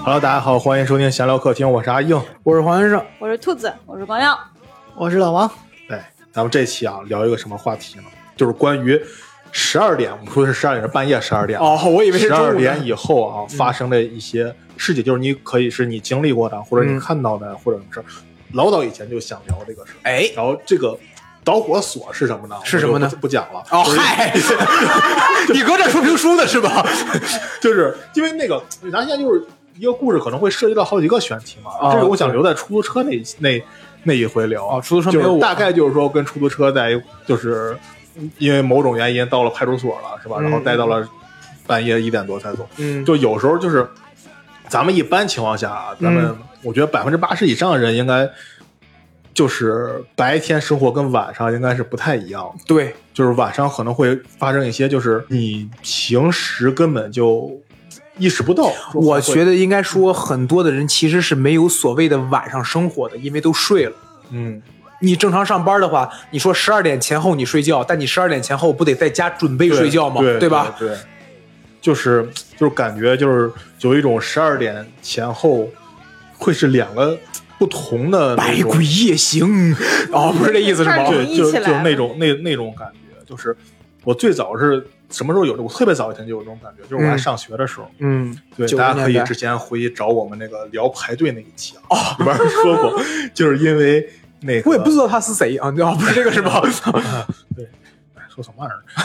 Hello， 大家好，欢迎收听闲聊客厅，我是阿硬， 我是黄先生， 我是兔子，我是光耀， 我是老王。 对，咱们这期啊聊一个什么话题呢？就是关于12点，我们说的是12点，是半夜12点哦，我以为是 12点以后啊发生的一些事情，就是你可以是你经历过的，或者你看到的，或者是老早以前就想聊这个事。 哎， 然后这个导火索是什么呢？ 是什么呢？ 不讲了。 哦，嗨，你搁这说评书的是吧？ 就是因为那个，咱现在就是一个故事，可能会涉及到好几个选题嘛。 哦、 这个我想留在出租车那一回聊。 哦，出租车没有我， 大概就是说跟出租车就是因为某种原因到了派出所了，是吧？然后待到了半夜1点多才走。就有时候就是咱们一般情况下，咱们我觉得80%以上的人应该。就是白天生活跟晚上应该是不太一样， 对， 就是晚上可能会发生一些，就是你平时根本就意识不到。 我觉得应该说，很多的人其实是没有所谓的晚上生活的，因为都睡了。你正常上班的话，你说12点前后你睡觉，但你12点前后不得在家准备睡觉吗？对吧？ 对，就是感觉就是有一种12点前后会是两个。不同的百鬼夜行哦，不是这意思是吗？ 对，就那种感觉，就是我最早是什么时候有的？我特别早以前就有这种感觉，就是我还上学的时候。对，大家可以之前回去找我们那个聊排队那一期啊，里边说过，就是因为那个我也不知道他是谁啊，不是这个是吧？ 对。说什么玩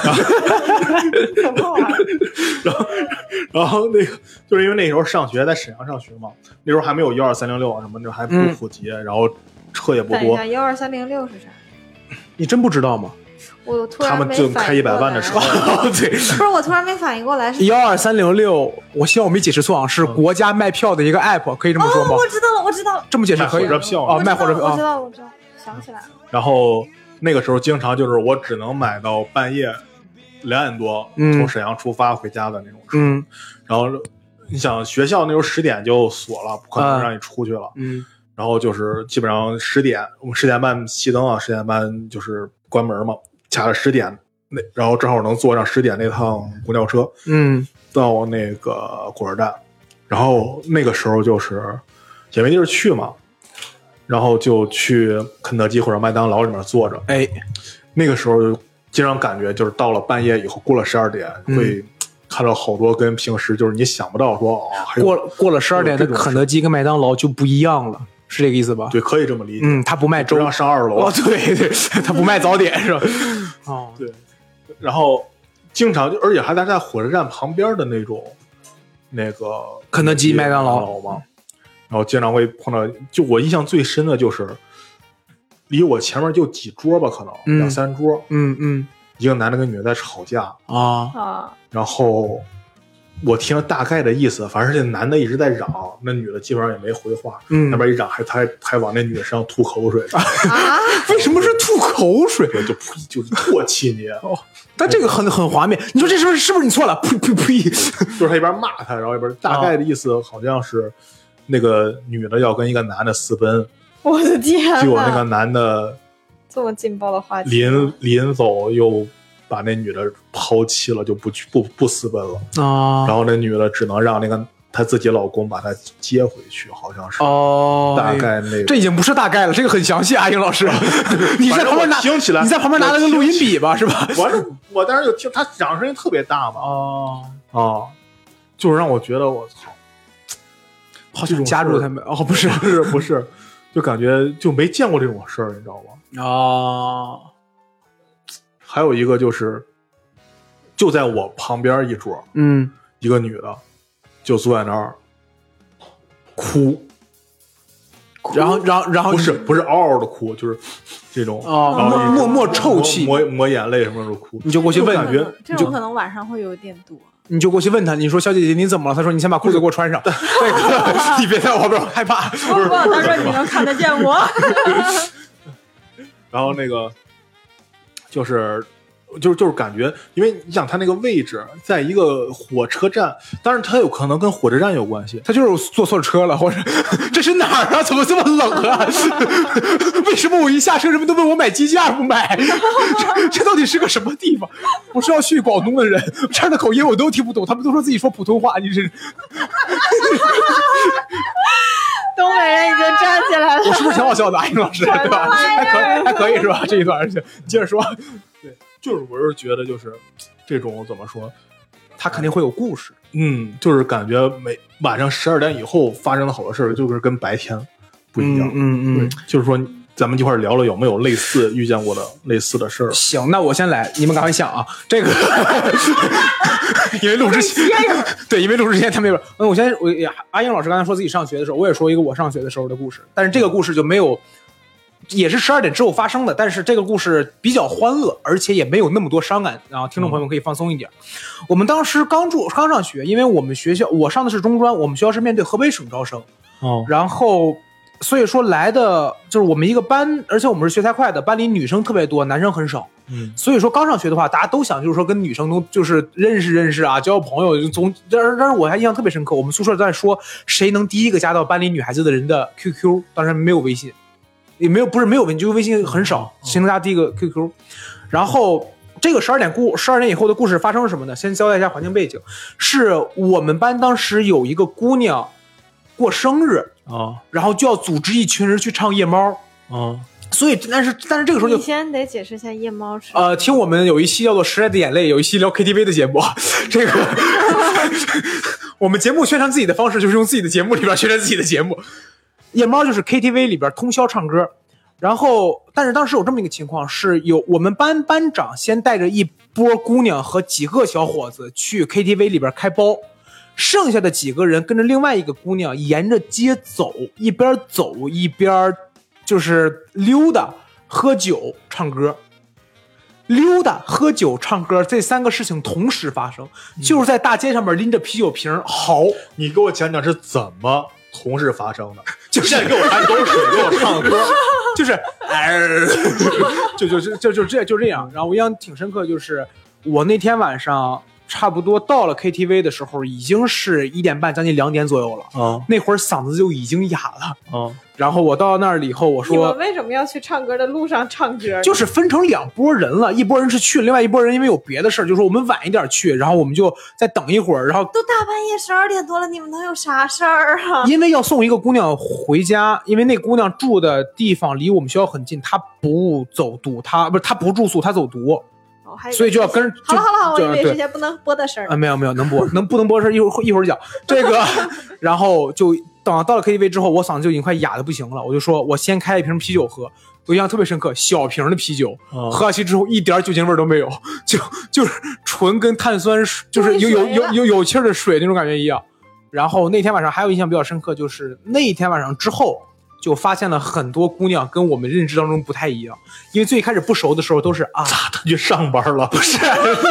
意儿？然后那个就是因为那时候上学在沈阳上学嘛，那时候还没有12306啊什么的还不普及，然后车也不多。 等一下12306是啥？ 你真不知道吗？ 我突然他们就开100万的车， 对， 不是我突然没反应过来是 12306。我希望我没解释错啊，是国家卖票的一个 app， 可以这么说吗？ 我知道了， 这么解释可以。 卖火车票啊，卖火车票， 我知道，想起来了。 然后那个时候经常就是我只能买到半夜2点多从沈阳出发回家的那种车。然后你想学校那时候10点就锁了，不可能让你出去了。然后就是基本上10点，我们10点半熄灯啊，10点半就是关门嘛，卡了10点然后正好能坐上10点那趟公交车，到那个火车站。然后那个时候就是也没地儿去嘛。然后就去肯德基或者麦当劳里面坐着，那个时候经常感觉就是到了半夜以后，过了12点，会看到好多跟平时就是你想不到说过了12点的肯德基跟麦当劳就不一样了，是这个意思吧？ 对，可以这么理解。 他不卖粥， 不让上2楼。 哦，对，他不卖早点是吧？ 哦，对。然后经常而且还在火车站旁边的那个肯德基、麦当劳嘛。然后经常会碰到，就我印象最深的就是离我前面就几桌吧，可能2、3桌，一个男的跟女的在吵架啊，然后我听了大概的意思，反正这男的一直在嚷，那女的基本上也没回话，那边一嚷还往那女的身上吐口水啊？ 为什么是吐口水？ 就是唾弃你哦。 但这个很华面，你说这是不是你错了？呸！ 就是他一边骂他，然后一边大概的意思好像是。那个女的要跟一个男的私奔， 我的天哪！ 结果那个男的这么劲爆的话题， 临走又把那女的抛弃了，就不私奔了然后那女的只能让那个她自己老公把她接回去，好像是大概那个。 这已经不是大概了，这个很详细啊，英老师。你在旁边拿， 听起来你在旁边拿了个录音笔吧，是吧？ 我当时就听他讲声音特别大嘛，就是让我觉得我操。 好像加入他们不是， 就感觉就没见过这种事儿，你知道吗？还有一个就在我旁边一桌，一个女的就坐在那儿哭，然后不是嗷嗷的哭，就是这种默默臭气， 抹眼泪什么的哭， 你就过去问， 感觉这种可能晚上会有点多。 你就过去问他，你说小姐姐你怎么了？他说你先把裤子给我穿上。你别在我旁边害怕。 不，他说你能看得见我。 然后那个就是感觉，因为你想他那个位置在一个火车站，当然他有可能跟火车站有关系， 他就是坐错车了，或者这是哪儿啊？怎么这么冷啊？为什么我一下车人们都问我买鸡架不买？这到底是个什么地方？我是要去广东的人，这样的口音我都听不懂，他们都说自己说普通话，你是东北人已经站起来了。 我是不是挺好笑的，阿英老师，对吧？还可以是吧？这一段接着说。 对，就是我是觉得就是这种怎么说， 他肯定会有故事。 就是感觉晚上12点以后发生的好多事儿，就是跟白天不一样。对，就是说咱们一块儿聊聊有没有遇见过的类似的事儿。 行，那我先来，你们赶快想啊，这个。因为录之前，对，因为录之前他没有。阿英老师刚才说自己上学的时候，我也说一个我上学的时候的故事，但是这个故事就没有，也是12点之后发生的，但是这个故事比较欢乐，而且也没有那么多伤感，然后听众朋友们可以放松一点。我们当时刚上学，因为我们学校我上的是中专，我们学校是面对河北省招生，然后所以说来的就是我们一个班，而且我们是学太快的，班里女生特别多，男生很少。所以说刚上学的话，大家都想就是说跟女生都就是认识啊，交朋友。但是我还印象特别深刻，我们宿舍在说谁能第一个加到班里女孩子的人的 QQ， 当然没有微信，也没有不是没有微信，就是微信很少，谁能加第一个 QQ。然后这个12点以后的故事发生了什么呢？先交代一下环境背景，是我们班当时有一个姑娘过生日然后就要组织一群人去唱夜猫所以但是这个时候就你先得解释一下夜猫是听我们有一期叫做《时代的眼泪》，有一期聊 KTV 的节目，这个我们节目宣传自己的方式就是用自己的节目里边宣传自己的节目。夜猫就是 KTV 里边通宵唱歌，然后但是当时有这么一个情况，是有我们班班长先带着一波姑娘和几个小伙子去 KTV 里边开包，剩下的几个人跟着另外一个姑娘沿着街走，一边走一边就是溜达喝酒唱歌。溜达喝酒唱歌这3个事情同时发生，就是在大街上面拎着啤酒瓶嚎。 你给我讲讲是怎么同时发生的？就是现在给我含口水，给我唱歌， 就是就这样。然后我印象挺深刻，就是我那天晚上差不多到了 KTV 的时候，已经是1点半将近2点左右了那会儿嗓子就已经哑了然后我到那儿了以后，我说你们为什么要去唱歌的路上唱歌？ 就是分成2拨人了，一拨人是去，另外一拨人因为有别的事儿，就说我们晚一点去，然后我们就再等一会儿，然后都大半夜12点多了，你们能有啥事儿啊？ 因为要送一个姑娘回家，因为那姑娘住的地方离我们学校很近，她不走读，她不住宿，她走读。所以就要跟好了，我以为这些不能播的事儿没有能播，不能播的事儿一会儿讲这个。然后就等到了 KTV 之后，我嗓子就已经快哑的不行了，我就说我先开一瓶啤酒喝。我印象特别深刻，小瓶的啤酒喝下去之后一点酒精味都没有，就是纯跟碳酸就是有气儿的水那种感觉一样。然后那天晚上还有印象比较深刻，就是那一天晚上之后就发现了很多姑娘跟我们认知当中不太一样，因为最开始不熟的时候都是咋他去上班了？不是。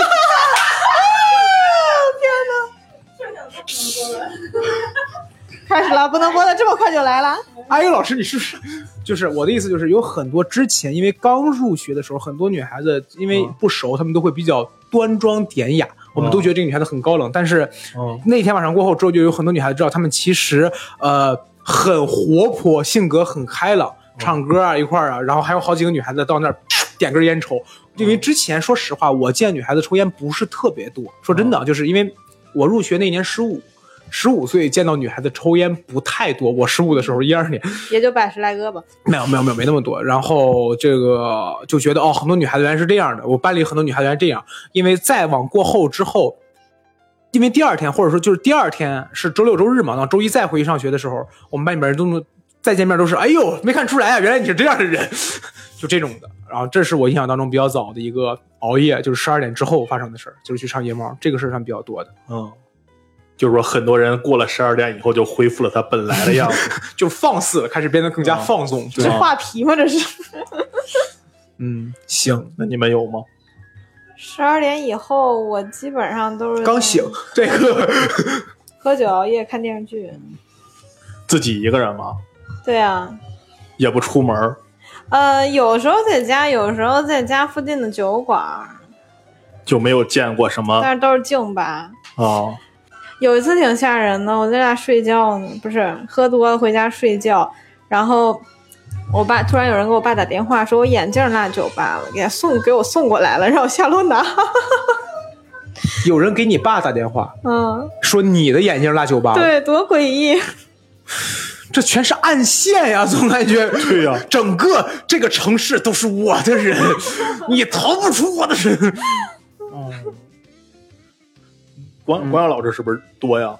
开始了，不能播的这么快就来了。 阿英老师，你是不是就是我的意思？就是有很多之前因为刚入学的时候，很多女孩子因为不熟，她们都会比较端庄典雅，我们都觉得这个女孩子很高冷。但是那天晚上过后之后，就有很多女孩子知道，她们其实很活泼，性格很开朗，唱歌啊一块儿然后还有好几个女孩子到那儿点根烟抽。因为之前说实话，我见女孩子抽烟不是特别多，说真的，就是因为我入学那年15岁见到女孩子抽烟不太多，我15的时候12年也就110来个吧， 没那么多。然后这个就觉得很多女孩子原来是这样的，我班里很多女孩子原来这样。因为再往过后之后，因为第二天或者说就是第二天是周6周日嘛，然后周一再回去上学的时候，我们班里面人都再见面都是哎呦没看出来原来你是这样的人，就这种的。然后这是我印象当中比较早的一个熬夜，就是12点之后发生的事儿，就是去唱夜猫，这个事儿上比较多的。 就是说很多人过了12点以后就恢复了他本来的样子， 就放肆了，开始变得更加放纵。 这画皮吗？这是。 行， 那你们有吗 ？12点以后，我基本上都是刚醒，这个喝酒、熬夜、看电视剧。 自己一个人吗？ 对啊。 也不出门？ 有时候在家，有时候在家附近的酒馆。 就没有见过什么？ 但是都是静吧。有一次挺吓人的，我在家睡觉呢，不是喝多了回家睡觉，然后我爸突然有人给我爸打电话说我眼镜落酒吧了，给我送过来了，让我下楼拿。 有人给你爸打电话，说你的眼睛拉酒吧， 对，多诡异。 这全是暗线呀，总感觉对呀， 整个这个城市都是我的人，你逃不出我的人。 光阳老师是不是多呀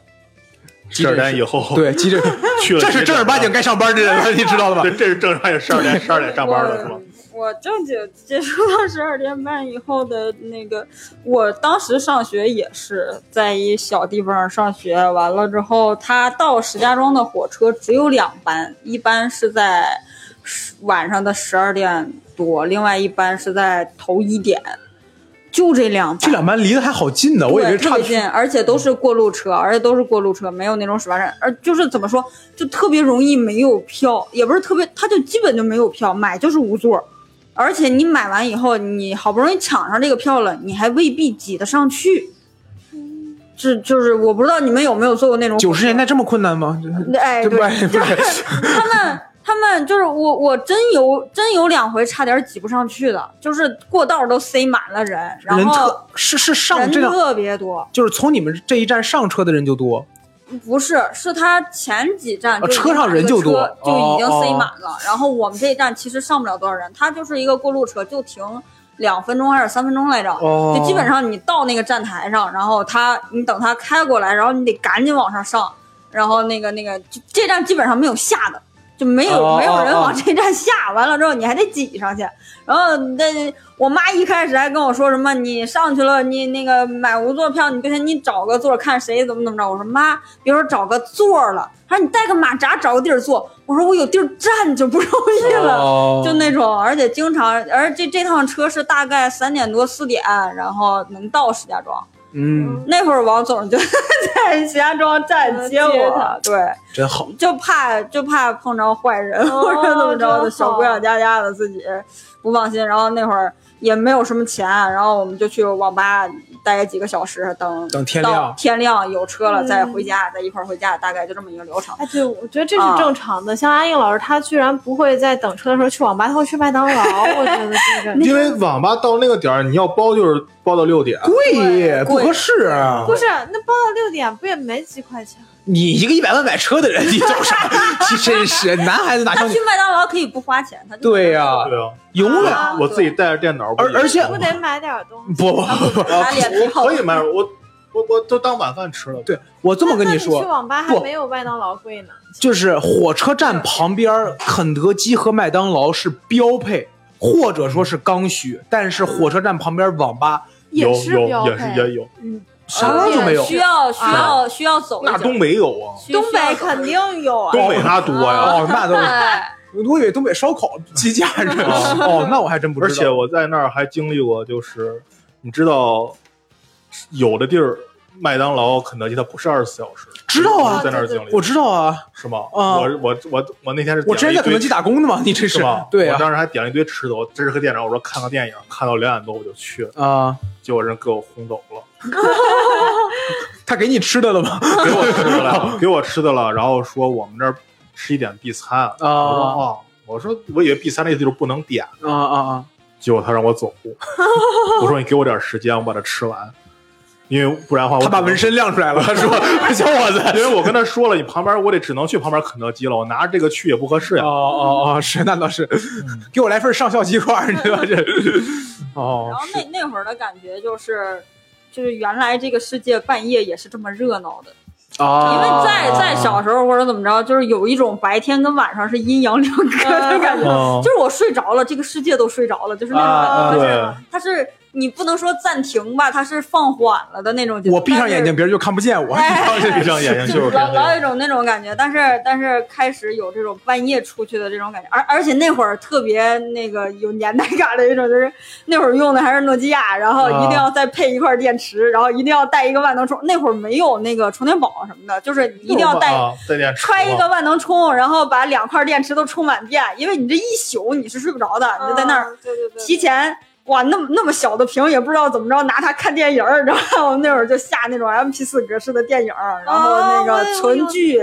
？12点以后， 对，急诊去了， 这是正儿八经该上班的人了，你知道的吧？ 这是正常也12点上班了，是吧？ 我正经接触到12点半以后的那个，我当时上学也是在一小地方上学，完了之后，他到石家庄的火车只有2班，一班是在晚上的12点多，另外一班是在头1点。就这2班， 这2班离得还好近呢，我以为特别近，而且都是过路车，没有那种始发站，就是怎么说，就特别容易没有票，也不是特别，他就基本就没有票，买就是无座，而且你买完以后，你好不容易抢上这个票了，你还未必挤得上去。就是我不知道你们有没有坐过那种 90年代这么困难吗？ 哎，对，就是他们就是我真有2回差点挤不上去的，就是过道都塞满了人，然后是上人特别多， 就是从你们这一站上车的人就多， 不是他前几站车上人就多， 就已经塞满了，然后我们这一站其实上不了多少人，它就是一个过路车，就停2分钟还是3分钟来着，就基本上你到那个站台上，然后你等他开过来，然后你得赶紧往上上，然后那个这站基本上没有下的。就没有人往这站下，完了之后你还得挤上去，然后我妈一开始还跟我说什么你上去了，你那个买无座票你不行，你找个座看谁怎么着。我说妈，别说找个座了，她说你带个马扎找个地儿坐。我说我有地儿站就不容易了，就那种，而且经常，而这趟车是大概3点多4点，然后能到石家庄。那会儿王总就在石家庄站接我，对， 真好， 就怕碰着坏人或者怎么着的，小姑娘家的自己不放心。然后那会儿也没有什么钱，然后我们就去网吧待几个小时，等天亮有车了再回家，再一块回家，大概就这么一个流程。 哎，对，我觉得这是正常的。像阿英老师，他居然不会在等车的时候去网吧，他会去麦当劳。我觉得这个， 因为网吧到那个点儿，你要包就是包到6点， 贵不合适啊。 不是，那包到6点不也没几块钱？ 你一个100万买车的人，你走啥？你真是男孩子哪像你？ 他去麦当劳可以不花钱，他就对呀，永远我自己带着电脑， 而且不得买点东西。 不， 我可以买，我都当晚饭吃了。 对，我这么跟你说， 去网吧还没有麦当劳贵呢。 就是火车站旁边，肯德基和麦当劳是标配，或者说是刚需，但是火车站旁边网吧也是标配， 也有。 啥就没有， 需要走。 那东北有啊， 东北肯定有啊， 东北那多呀。 哦，那都。我以为东北烧烤鸡架是哦，那我还真不知道。 而且我在那儿还经历过，就是你知道，有的地儿麦当劳、肯德基它不是24小时。 知道啊， 在那儿经历， 我知道啊， 是吗？我那天是我之前在肯德基打工的嘛，你这是吗？ 对啊， 我当时还点了一堆吃的，我支个电脑，我说看个电影，看到2点多我就去了啊， 结果人给我轰走了。 他给你吃的了吗？ 给我吃的了，给我吃的了。然后说我们这儿11点闭餐啊，我说我以为闭餐的意思就是不能点啊， 结果他让我走，我说你给我点时间，我把它吃完。因为不然的话， 他把纹身亮出来了。他说：“小伙子， 因为我跟他说了，你旁边我只能去旁边肯德基了，我拿着这个去也不合适呀。” 是那倒是，给我来份上校鸡块，你知道这？ 然后那会儿的感觉就是原来这个世界半夜也是这么热闹的。因为在小时候或者怎么着，就是有一种白天跟晚上是阴阳两隔的感觉，就是我睡着了，这个世界都睡着了，就是那种感觉。它是你不能说暂停吧，它是放缓了的那种。 我闭上眼睛，别人就看不见我。 闭上眼睛就是老有一种那种感觉，但是开始有这种半夜出去的这种感觉，而且那会儿特别那个有年代感的一种，就是那会儿用的还是诺基亚，然后一定要再配一块电池，然后一定要带一个万能充。那会儿没有那个充电宝什么的，就是一定要揣一个万能充，然后把2块电池都充满电，因为你这一宿你是睡不着的，你就在那儿提前。哇，那么小的屏也不知道怎么着拿它看电影，然后我们那会儿就下那种 MP4 格式的电影，然后那个存剧，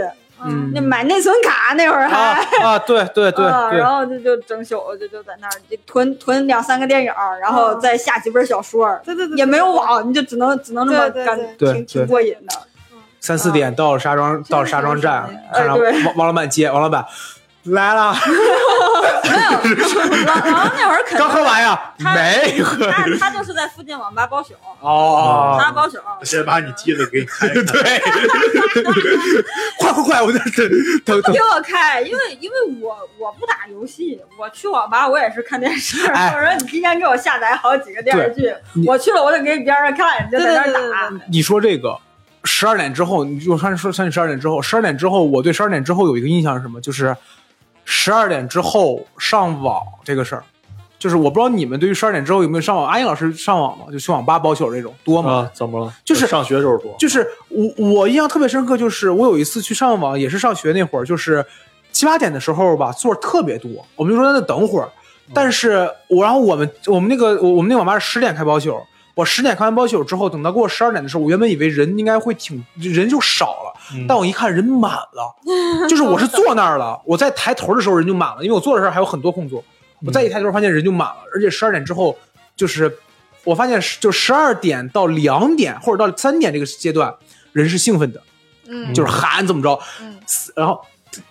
那买内存卡那会儿还对， 然后就整宿就在那儿囤2-3个电影，然后再下几本小说， 对， 也没有网，你就只能这么干，挺过瘾的。 3-4点到沙庄站，看到王老板接，王老板来了。 没有，王那会儿肯定刚喝完呀，没喝。 他就是在附近网吧包宿。他包宿。 先把你机子给你开。 对。快，我这不给我开，因为我不打游戏，我去网吧我也是看电视。我说你今天给我下载好几个电视剧，我去了我得给边上看，你就在那打。 你说这个。12点之后，你就说12点之后，12点之后，我对12点之后有一个印象是什么？就是12点之后上网这个事儿，就是我不知道你们对于12点之后有没有上网。阿英老师上网吗？就去网吧包宿这种多吗？ 怎么了？ 就是上学时候多。就是我印象特别深刻，就是我有一次去上网，也是上学那会儿，就是7-8点的时候吧，座特别多，我们就说在那等会儿。但是然后我们那个网吧是10点开包宿。我10点开完包宿之后，等到过12点的时候，我原本以为人应该会人就少了，但我一看人满了，就是我是坐那儿了，我在抬头的时候人就满了，因为我坐的时候还有很多空座，我再一抬头发现人就满了，而且12点之后，就是我发现就12点到2点或者到3点这个阶段，人是兴奋的，就是喊怎么着，然后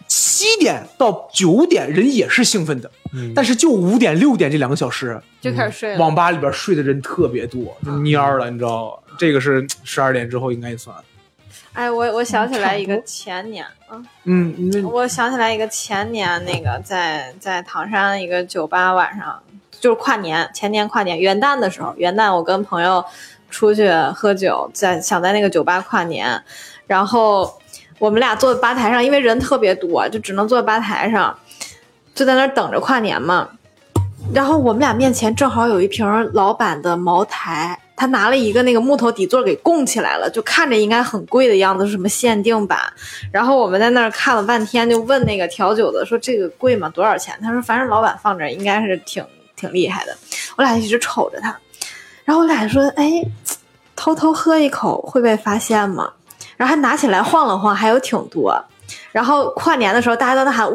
7点到9点人也是兴奋的，但是就5点6点这2个小时就开始睡了。 网吧里边睡的人特别多，就蔫了，你知道吗？这个是12点之后应该算。 哎，我想起来一个前年我想起来一个前年那个在唐山一个酒吧晚上，就是前年跨年元旦的时候，我跟朋友出去喝酒，想在那个酒吧跨年，然后我们俩坐在吧台上，因为人特别多，就只能坐在吧台上，就在那儿等着跨年嘛。然后我们俩面前正好有一瓶老板的茅台，他拿了一个那个木头底座给供起来了，就看着应该很贵的样子，是什么限定版。然后我们在那儿看了半天，就问那个调酒的说这个贵吗？多少钱？他说反正老板放这应该是挺厉害的。我俩一直瞅着他，然后我俩说哎，偷偷喝一口会被发现吗？然后还拿起来晃了晃，还有挺多。然后跨年的时候大家都在喊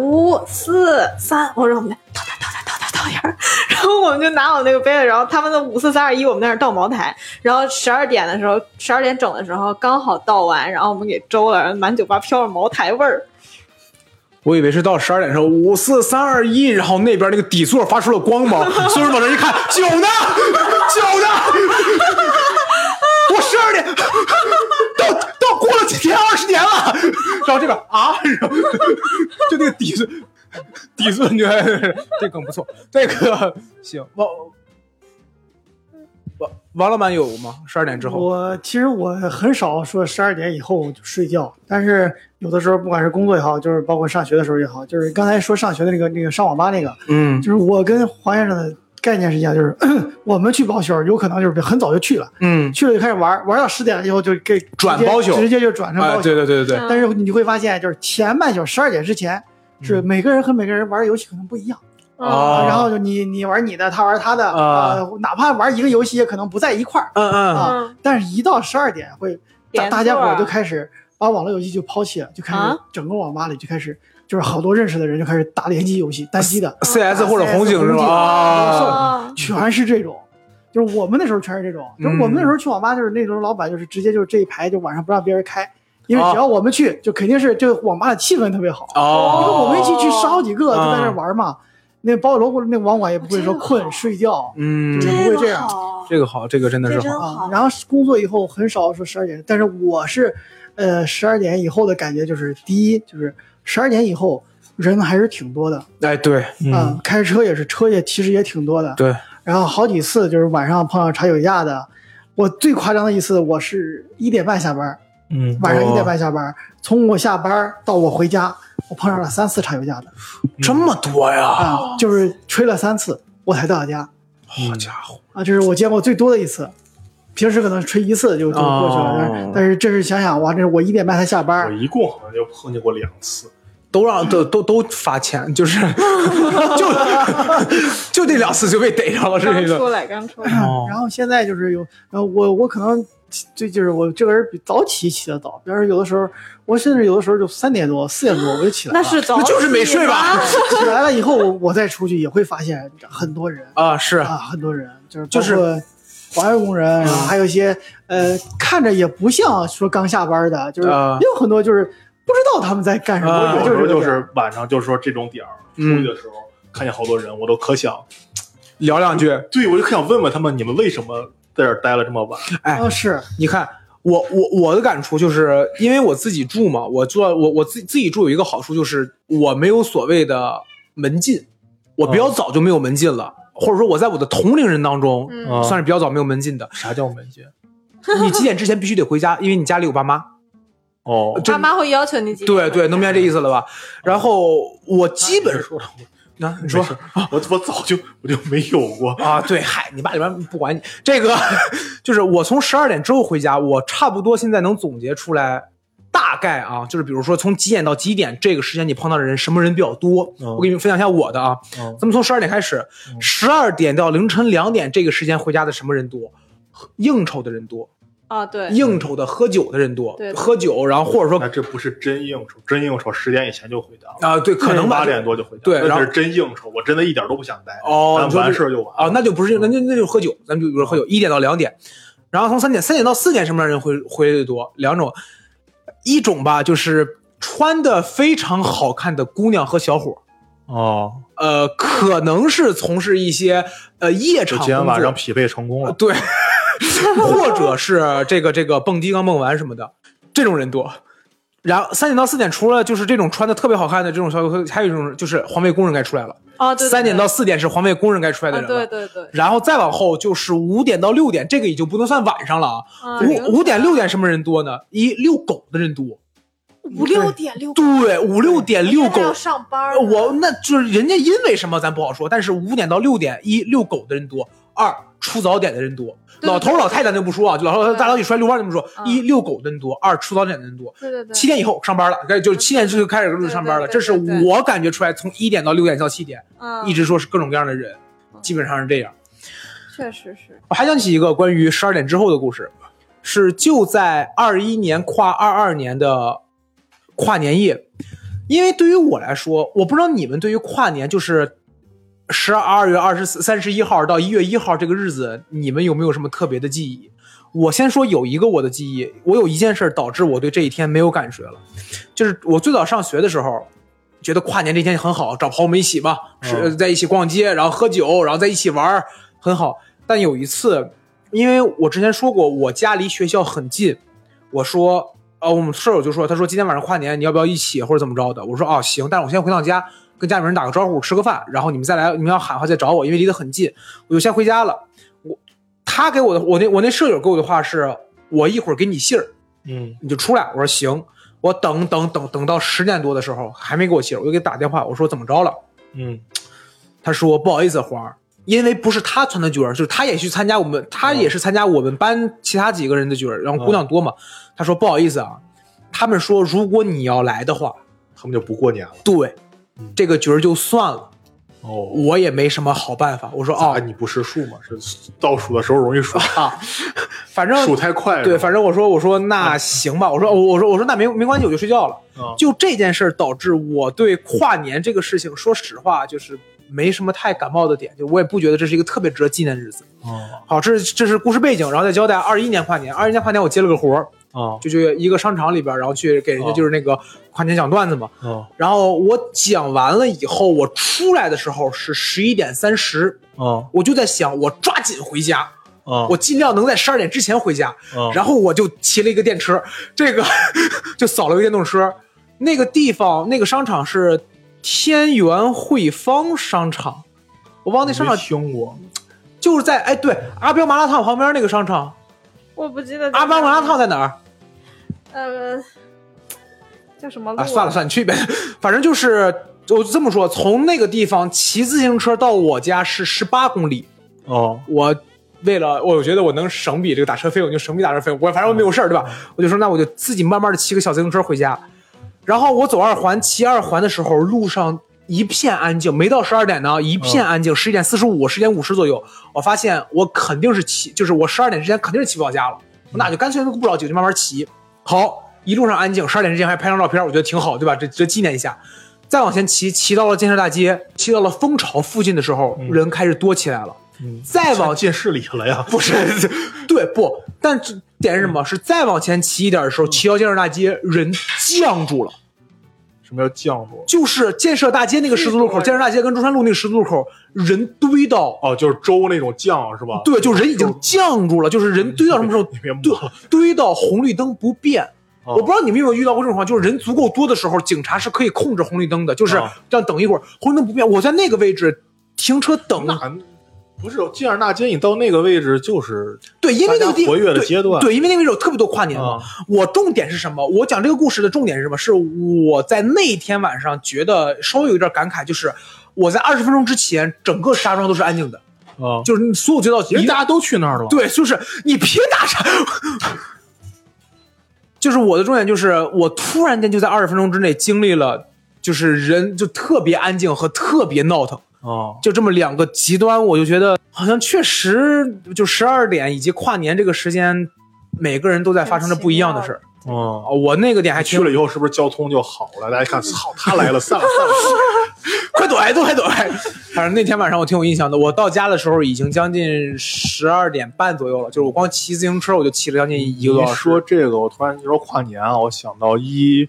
5、4、3，我说我们倒点，然后我们就拿我那个杯子，然后他们的5、4、3、2、1，我们在那儿倒茅台，然后12点整的时候刚好倒完，然后我们给周了，满酒吧飘着茅台味儿。 我以为是到12点的时候5、4、3、2、1，然后那边那个底座发出了光芒，所有人往这一看，酒呢？我12点都过了前20年了，然后这个就那个底座，你看这梗不错，这个行。王老板有吗？12点之后？ 其实我很少说12点以后就睡觉，但是有的时候不管是工作也好，就是包括上学的时候也好，就是刚才说上学的那个上网吧那个，就是我跟黄先生的概念是一样，就是我们去包宿有可能就是很早就去了，去了就开始玩到10点了以后就给转包宿， 直接就转成包宿， 对。 但是你会发现，就是前半宿12点之前是每个人和每个人玩的游戏可能不一样。然后就你玩你的，他玩他的，哪怕玩一个游戏也可能不在一块儿，但是一到12点会大家伙就开始把网络游戏就抛弃了，就开始整个网吧里就开始就是好多认识的人就开始打联机游戏，单机的 CS 或者红警是吧？ 全是这种，就是我们那时候全是这种，就是我们那时候去网吧，就是那时候老板就是直接就是这一排就晚上不让别人开。因为只要我们去，就肯定是这个网吧的气氛特别好。因为我们一起去10好几个就在那玩嘛。那包楼那个网管也不会说困睡觉，就不会这样。 这个好，这个真的是好。然后工作以后很少说12点，但是我是12点以后的感觉就是第一就是12点以后人还是挺多的。 哎，对， 开车也是，车也其实也挺多的。 对。 然后好几次就是晚上碰到查酒驾的，我最夸张的一次我是1点半下班，晚上1点半下班，从我下班到我回家。我碰上了3次查酒驾的， 这么多呀！ 就是吹了3次，我才到家。 好家伙这是我见过最多的一次。平时可能吹1次就过去了，但是这是想想哇，这是我1点半才下班。 我一共好像就碰见过2次， 都罚钱，就是就这2次就被逮着了，是这个。 刚出来。 然后现在就是有我可能这就是我这个人比早起的早，比方说有的时候我甚至有的时候就3点多4点多我就起来了， 那是早起， 那就是没睡吧？ 起来了以后我再出去也会发现很多人啊，是啊，很多人就是环卫工人，然后还有一些看着也不像说刚下班的，就是也有很多就是不知道他们在干什么， 就是晚上就是说这种点儿出去的时候看见好多人，我都可想聊两句。 对，我就可想问问他们，你们为什么在这儿待了这么晚？ 哎， 是你看我的感触就是，因为我自己住嘛，我自己住有一个好处就是我没有所谓的门禁，我比较早就没有门禁了，或者说我在我的同龄人当中算是比较早没有门禁的。 啥叫门禁？ 你几点之前必须得回家，因为你家里有爸妈。 哦，爸妈会要求你几点？ 对对，能明白这意思了吧？然后我基本说了。你说我早就没有过啊！对，嗨，你爸里边不管你这个，就是我从12点之后回家，我差不多现在能总结出来，大概啊，就是比如说从几点到几点这个时间你碰到的人什么人比较多，我给你们分享一下我的啊。咱们从12点开始，12点到凌晨2点这个时间回家的什么人多？应酬的人多。 啊，对， 应酬的喝酒的人多， 对， 喝酒，然后或者说， 那这不是真应酬，真应酬10点以前就回家了啊，对，可能 8点多就回家， 对， 那是真应酬，我真的一点都不想待， 哦， 完事就完啊，那就不是，那就喝酒，咱们就比如说喝酒，1点到2点，然后从3点到4点什么样人回来的多？两种，一种吧，就是穿的非常好看的姑娘和小伙， 哦， 可能是从事一些夜场工作， 今天晚上匹配成功了， 对。或者是这个蹦迪刚蹦完什么的，这种人多。然后3点到4点，除了就是这种穿的特别好看的这种小哥，还有一种就是环卫工人该出来了。 哦，对。 3点到4点是环卫工人该出来的人了。 对。 然后再往后就是5点到6点，这个已经不能算晚上了啊。5点6点什么人多呢？遛狗的人多。 5、6点遛狗。 对，5、6点遛狗。 要上班。 那就是人家因为什么咱不好说，但是5点到6点遛狗的人多，2出早点的人多。老头老太太就不说啊，就老头大老远出来遛弯，这么说：1遛狗的人多，2出早点的人多。 对。 7点以后上班了，就是7点就开始上班了。这是我感觉出来，从1点到6点到7点，一直说是各种各样的人，基本上是这样。 确实是。 我还想起一个关于12点之后的故事，是就在21年跨22年的跨年夜，因为对于我来说，我不知道你们对于跨年就是12月31号到1月1号这个日子，你们有没有什么特别的记忆？我先说有一个我的记忆，我有一件事导致我对这一天没有感觉了，就是我最早上学的时候，觉得跨年这天很好，找朋友们一起嘛，是在一起逛街，然后喝酒，然后在一起玩，很好。但有一次，因为我之前说过我家离学校很近，我说我们舍友就说，他说今天晚上跨年你要不要一起或者怎么着的？我说行，但是我先回趟家。跟家里人打个招呼，吃个饭，然后你们再来，你们要喊的话再找我，因为离得很近，我就先回家了。他给我的，我那舍友给我的话是，我一会儿给你信儿，你就出来。我说行，我等到10点多的时候还没给我信儿，我就给他打电话，我说怎么着了？他说不好意思黄，因为不是他传的局儿，就是他也去参加他也是参加我们班其他几个人的局儿，然后姑娘多嘛，他说不好意思啊，他们说如果你要来的话， 他们就不过年了。 对。这个局儿就算了，我也没什么好办法。我说你不识数吗？是倒数的时候容易数啊，反正数太快了。 对，反正我说那行吧，我说那没关系，我就睡觉了。就这件事导致我对跨年这个事情，说实话就是没什么太感冒的点，就我也不觉得这是一个特别值得纪念的日子。好，这是故事背景，然后再交代21年跨年。21年跨年我接了个活就一个商场里边，然后去给人家就是那个跨年讲段子嘛。然后我讲完了以后，我出来的时候是11点30。我就在想，我抓紧回家。我尽量能在12点之前回家。然后我就骑了一个电车，这个就扫了个电动车。那个地方那个商场是天元汇芳商场，我忘那商场听过， 就是在对阿彪麻辣烫旁边那个商场。 我不记得阿彪麻辣烫在哪儿？ 叫什么路算了，你去一遍。反正就是我这么说，从那个地方骑自行车到我家是18公里。我为了我觉得我能省笔这个打车费，我就省笔打车费。反正我没有事儿，对吧？我就说那我就自己慢慢的骑个小自行车回家。然后我走2环，骑2环的时候，路上一片安静，没到12点呢，一片安静。11点45、11点50左右，我发现我肯定是就是我12点之前肯定是骑不到家了。 那就干脆不着急，就慢慢骑。好，一路上安静，12点之前还拍张照片，我觉得挺好，对吧？这纪念一下。再往前骑到了建设大街，骑到了蜂巢附近的时候，人开始多起来了。再往进市里了呀？ 不是，对不？但点是什么？是再往前骑一点的时候，骑到建设大街，人降住了。 什么叫降住？ 就是建设大街那个十字路口，建设大街跟中山路那个十字路口，人堆到就是周那种降是吧？ 对，就是人已经降住了，就是人堆到什么时候？堆到红绿灯不变。我不知道你们有没有遇到过这种情况，就是人足够多的时候，警察是可以控制红绿灯的，就是这样等一会儿，红绿灯不变，我在那个位置停车等。 不是建设大街，你到那个位置就是对，因为那个地活跃的阶段， 对，因为那个位置有特别多跨年嘛。我重点是什么？我讲这个故事的重点是什么？是我在那天晚上觉得稍微有一点感慨，就是我在20分钟之前，整个石家庄都是安静的，就是所有街道大家都去那儿了。 对，就是你别打岔。就是我的重点就是我突然间就在20分钟之内经历了，就是人就特别安静和特别闹腾。就这么2个极端，我就觉得好像确实就12点以及跨年这个时间，每个人都在发生着不一样的事儿。我那个点还去了以后，是不是交通就好了？大家看，操，他来了，散了， 快躲！反正那天晚上我挺有印象的。我到家的时候已经将近12点半左右了，就是我光骑自行车我就骑了将近1个多小时。 说这个，我突然说跨年啊，我想到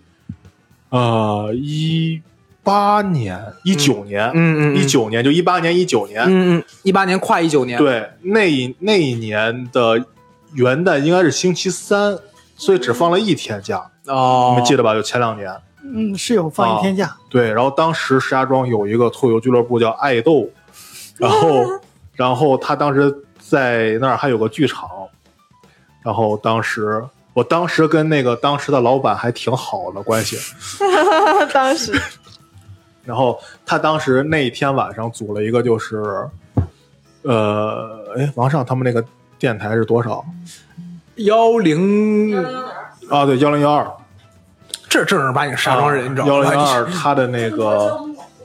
18年、19年，19年就18年、19年 ，18年跨19年， 对，那一年的元旦应该是星期3，所以只放了1天假。你们记得吧？就前2年， 是有放1天假。 对，然后当时石家庄有一个脱口秀俱乐部叫爱豆，然后他当时在那儿还有个剧场，然后我当时跟那个当时的老板还挺好的关系， 当时。 然后他当时那一天晚上组了一个，就是王上他们那个电台是多少 ？10 啊，对，1012， 这正儿八经石家庄人，你知道吗 ？1012，他的那个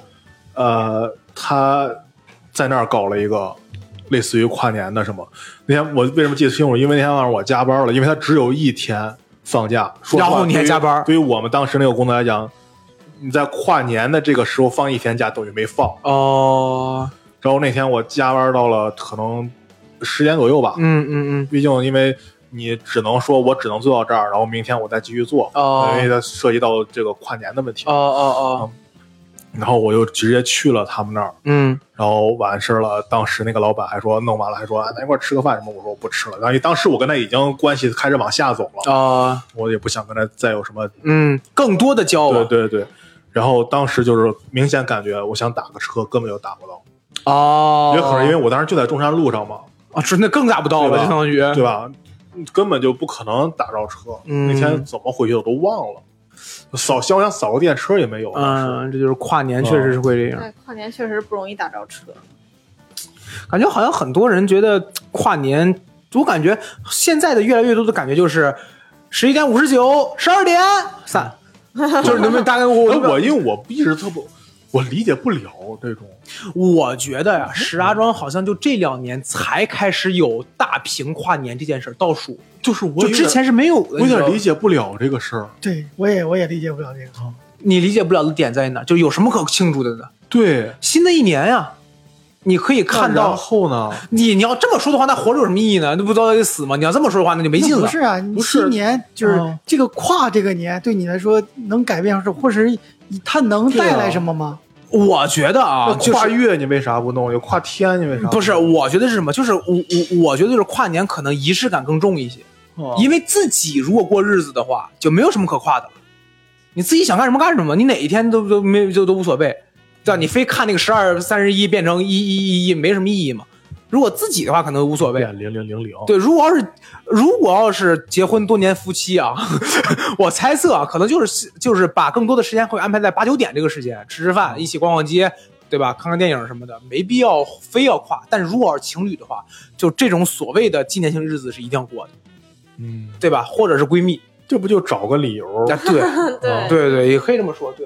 他在那儿搞了一个类似于跨年的什么。那天我为什么记得清楚？因为那天晚上我加班了，因为他只有1天放假， 然后你还加班。 对于我们当时那个工作来讲，你在跨年的这个时候放1天假等于没放。然后那天我加班到了可能10点左右吧。毕竟因为你只能说我只能做到这儿，然后明天我再继续做。因为它涉及到这个跨年的问题。然后我又直接去了他们那儿。然后完事了，当时那个老板还说弄完了还说咱一块吃个饭什么，我说我不吃了。然后当时我跟他已经关系开始往下走了。我也不想跟他再有什么更多的交往。 对。然后当时就是明显感觉我想打个车根本就打不到。也可能因为我当时就在中山路上嘛。 那更打不到了，相当于对吧？根本就不可能打着车。那天怎么回去我都忘了，想扫个电车也没有。 这就是跨年确实是会这样。 对，跨年确实不容易打着车。 感觉好像很多人觉得跨年，我感觉现在的越来越多的感觉就是11点59、12点散。就是你们大概因为我一直我理解不了这种。 我觉得呀，石家庄好像就这2年才开始有大屏跨年这件事倒数， 就是就之前是没有的。 我有点理解不了这个事儿。 对，我也理解不了这个。 你理解不了的点在哪？就有什么可庆祝的呢？ 对， 新的一年呀。你可以看到， 然后呢？ 你要这么说的话，那活着有什么意义呢？那不早得死吗？你要这么说的话，那就没劲了。 不是啊，你新年就是这个跨这个年，对你来说能改变或者是它能带来什么吗？ 我觉得啊， 跨越你为啥不弄？有跨天你为啥不？ 不是，我觉得是什么？就是我觉得就是跨年可能仪式感更重一些，因为自己如果过日子的话，就没有什么可跨的了。你自己想干什么干什么，你哪一天都无所谓。对吧？你非看那个12、31变成111没什么意义嘛？如果自己的话，可能无所谓。 0000。 对，如果要是结婚多年夫妻啊，我猜测啊，可能就是把更多的时间会安排在8、9点这个时间，吃饭，一起逛逛街，对吧？看看电影什么的，没必要非要跨。但是如果是情侣的话，就这种所谓的纪念性日子是一定要过的，对吧？或者是闺蜜， 这不就找个理由？ 对，也可以这么说，对。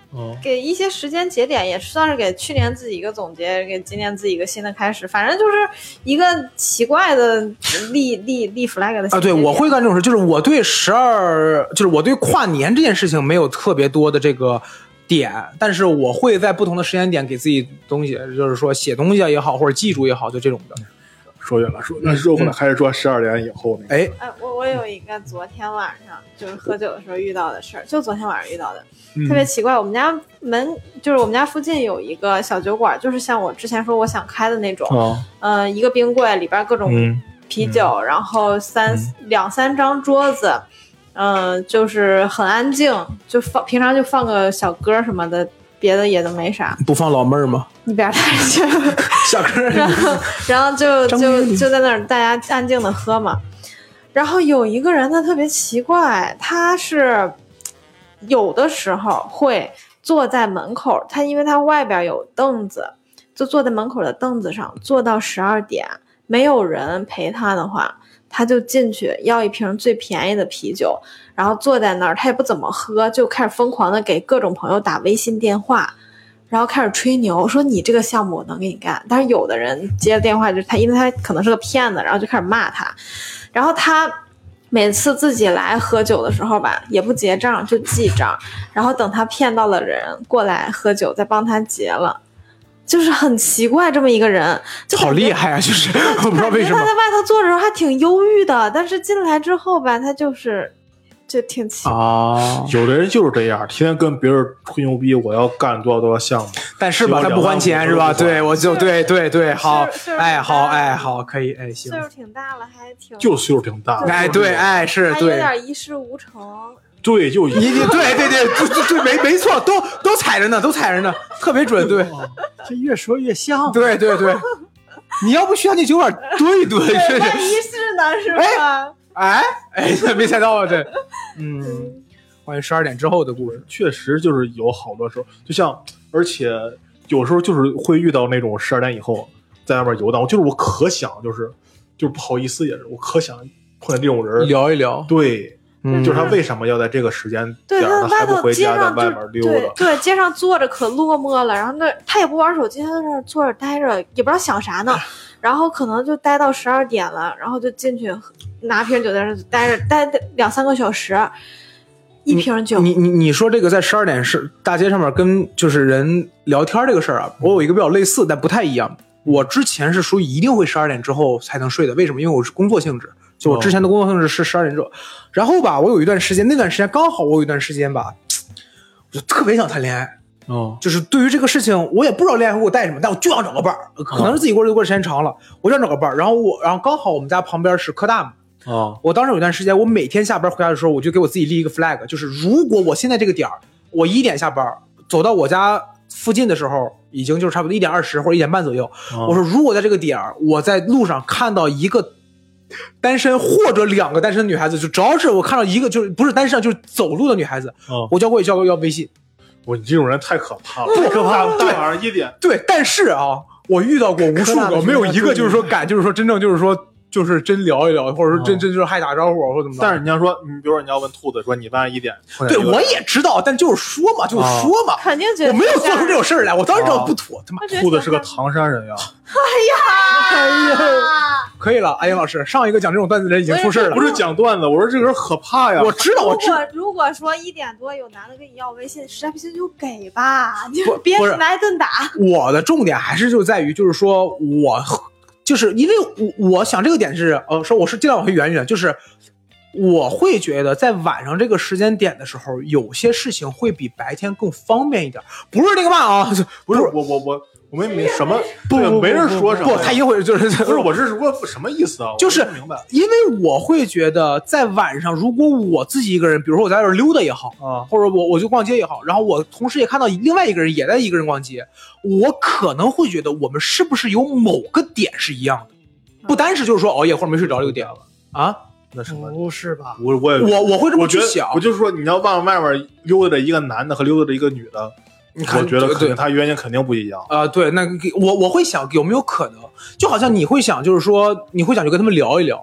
给一些时间节点，也算是给去年自己一个总结，给今年自己一个新的开始。反正就是一个奇怪的立 flag 的对，我会干这种事，就是我对就是我对跨年这件事情没有特别多的这个点，但是我会在不同的时间点给自己东西，就是说写东西也好，或者记住也好，就这种的。 说远了，说回来还是说12点以后那个。我有一个昨天晚上就是喝酒的时候遇到的事儿，就昨天晚上遇到的，特别奇怪。我们家就是我们家附近有一个小酒馆，就是像我之前说我想开的那种，一个冰柜里边各种啤酒，然后两三张桌子，就是很安静，就平常就放个小歌什么的。别的也都没啥， 不放老妹儿吗？ 你别太去小哥， 然后就在那儿大家安静的喝嘛。然后有一个人他特别奇怪，他是有的时候会坐在门口，他因为他外边有凳子，就坐在门口的凳子上坐到12点，没有人陪他的话，他就进去要一瓶最便宜的啤酒，然后坐在那儿，他也不怎么喝，就开始疯狂的给各种朋友打微信电话，然后开始吹牛，说你这个项目我能给你干。但是有的人接了电话就是他，因为他可能是个骗子，然后就开始骂他。然后他每次自己来喝酒的时候吧，也不结账就记账，然后等他骗到了人过来喝酒再帮他结了。就是很奇怪这么一个人，就好厉害啊！就是我不知道为什么他在外头坐着时候还挺忧郁的，但是进来之后吧，他就挺奇怪有的人就是这样，天天跟别人吹牛逼，我要干多少项目， 但是吧，他不还钱是吧？对，我就对，好，好，可以，行。 岁数挺大了，还挺就岁数挺大， 对，是，对， 有点一事无成。 对，就对，没错，都踩着呢，特别准，对， 这越说越像， 对，你要不需要你酒馆对， 万一是呢，是吧？ 没猜到啊，这，关于12点之后的故事， 确实就是有好多时候，就像，而且有时候就是会遇到那种12点以后在外面游荡，就是我可想就是不好意思也是，我可想碰见这种人聊一聊， 对。就是他为什么要在这个时间点他还不回家，在外面溜达？ 对，街上坐着可落寞了，然后他也不玩手机，他在那坐着待着，也不知道想啥呢。然后可能就待到12点了，然后就进去拿瓶酒在那待2-3个小时，一瓶酒。 你说这个在12点是大街上面跟就是人聊天这个事儿啊，我有一个比较类似但不太一样。我之前是属于一定会12点之后才能睡的，为什么？因为我是工作性质。就我之前的工作性质是12点之后，然后吧，我有一段时间，那段时间刚好我有一段时间吧，我就特别想谈恋爱。就是对于这个事情，我也不知道恋爱会给我带什么，但我就想找个伴儿。可能是自己过日子过时间长了，我就想找个伴儿。然后刚好我们家旁边是科大嘛。我当时有一段时间，我每天下班回家的时候，我就给我自己立一个 flag， 就是如果我现在这个点儿，我1点下班，走到我家附近的时候，已经就是差不多1点20或者1点半左右。我说，如果在这个点儿，我在路上看到一个单身或者2个单身的女孩子，就只要是我看到一个就是不是单身就是走路的女孩子，我就会要微信。 你这种人太可怕了，太可怕了！大晚上1点。 对，但是啊，我遇到过无数个，没有一个就是说敢，就是说真正就是说就是真聊一聊，或者说真就是还打招呼或者怎么。 但是你要说，比如说你要问兔子说你晚上1点， 对我也知道，但就是说嘛， 肯定觉得我没有做出这种事儿来，我当然知道不妥。他妈， 兔子是个唐山人呀！ 哎呀， 可以了，阿英老师，上一个讲这种段子的人已经出事了。 不是讲段子，我说这个人可怕呀！ 我知道。 如果说1点多有男的跟你要微信，实在不行就给吧，你别来顿打。 我的重点还是就在于，就是说我就是因为我想这个点是，说我是尽量往回圆圆，就是我会觉得在晚上这个时间点的时候，有些事情会比白天更方便一点。不是那个嘛啊， 不是我没什么，不没人说什么。 不，他一会儿就是不是我这是我什么意思啊？ 就是明白， 因为我会觉得在晚上，如果我自己一个人，比如说我在这溜达也好啊，或者我就逛街也好，然后我同时也看到另外一个人也在一个人逛街，我可能会觉得我们是不是有某个点是一样的，不单是就是说熬夜或者没睡着这个点了啊。 那什么不是吧？ 我会这么去想， 我就是说你要往外面溜达着一个男的和溜达着一个女的。我觉得肯定他原因肯定不一样对，那我会想有没有可能，就好像你会想，就是说你会想就跟他们聊一聊。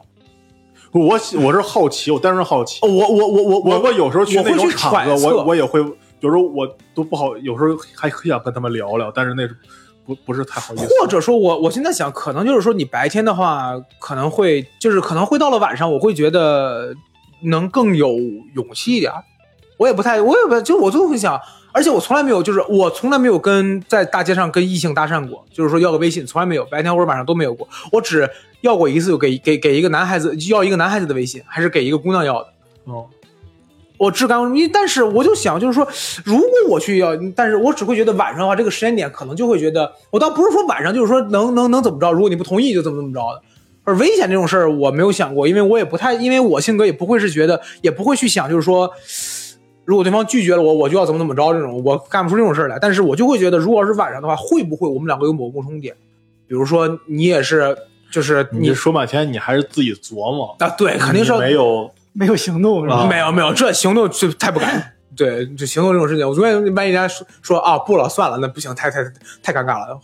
我是好奇，我单纯好奇。 我有时候去那种场子，我也会有时候我都不好，有时候还很想跟他们聊聊，但是那不是太好意思。 或者说我现在想，可能就是说你白天的话，可能会到了晚上，我会觉得能更有勇气一点。我也不就我就会想，而且我从来没有在大街上跟异性搭讪过，就是说要个微信，从来没有，白天或者晚上都没有过。我只要过一次，给一个男孩子要一个男孩子的微信，还是给一个姑娘要的。我只敢，但是我就想，就是说，如果我去要，但是我只会觉得晚上的话，这个时间点可能就会觉得，我倒不是说晚上就是说能怎么着，如果你不同意就怎么着的。而危险这种事儿我没有想过，因为我性格也不会是觉得，也不会去想，就是说，如果对方拒绝了我就要怎么着这种，我干不出这种事儿来。但是我就会觉得，如果是晚上的话，会不会我们两个有某个共同点？比如说你也是，就是你说半天，你还是自己琢磨啊？对，肯定是没有行动是吧？ 没有，这行动就太不敢。对，这行动这种事情，我昨天万一人家说啊不了，算了，那不行，太尴尬了。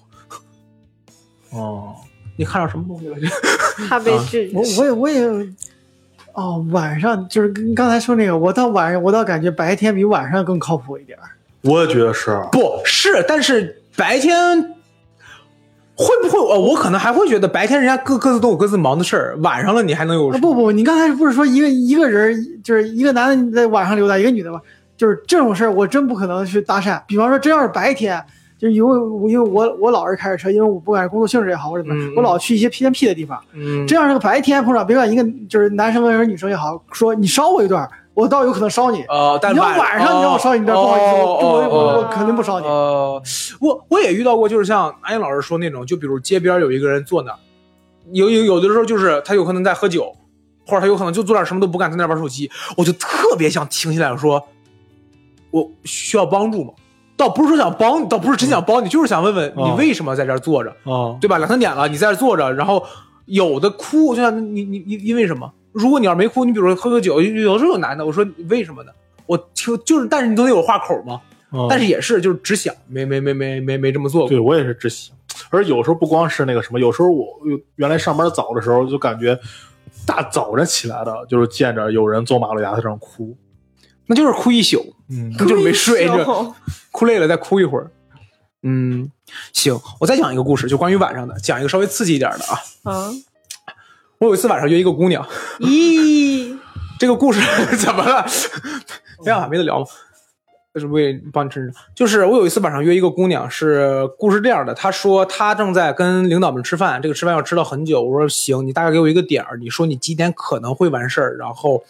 你看到什么东西了？ 怕被拒绝。 我也晚上就是跟刚才说那个，我倒感觉白天比晚上更靠谱一点。 我也觉得是， 不是，但是白天。会不会我可能还会觉得白天人家各自都有各自忙的事儿，晚上了你还能有不，你刚才不是说一个人就是一个男的在晚上溜达，一个女的吧？就是这种事儿，我真不可能去搭讪。比方说，真要是白天，就是因为我老是开着车，因为我不管是工作性质也好或者怎么，我老去一些偏僻的地方。这样是个白天碰上，别管一个就是男生跟女生也好，说你捎我一段。我倒有可能烧你， 但你要晚上你让我烧你，不好意思，我肯定不烧你。 我也遇到过，就是像安英老师说那种，就比如街边有一个人坐那，有的时候就是他有可能在喝酒，或者他有可能就坐那什么都不干，在那玩手机，我就特别想停下来说，我需要帮助吗？倒不是说想帮你，倒不是真想帮你，就是想问问你为什么在这儿坐着，对吧？2、3点了，你在这儿坐着，然后有的哭，就像你因为什么？如果你要没哭，你比如说喝个酒，有时候有男的，我说为什么呢？我就是，但是你总得有话口嘛。但是也是就是只想，没这么做过。 对，我也是只想。而有时候不光是那个什么，有时候我原来上班早的时候就感觉大早晨起来的，就是见着有人坐马路牙子上哭， 那就是哭一宿，那就是没睡着，哭累了再哭一会儿。行，我再讲一个故事，就关于晚上的，讲一个稍微刺激一点的啊。我有一次晚上约一个姑娘，这个故事怎么了？没办法，没得聊吗？就是为帮你撑着。就是我有一次晚上约一个姑娘，是故事这样的，她说她正在跟领导们吃饭，这个吃饭要吃到很久。我说行，你大概给我一个点儿，你说你几点可能会完事儿，然后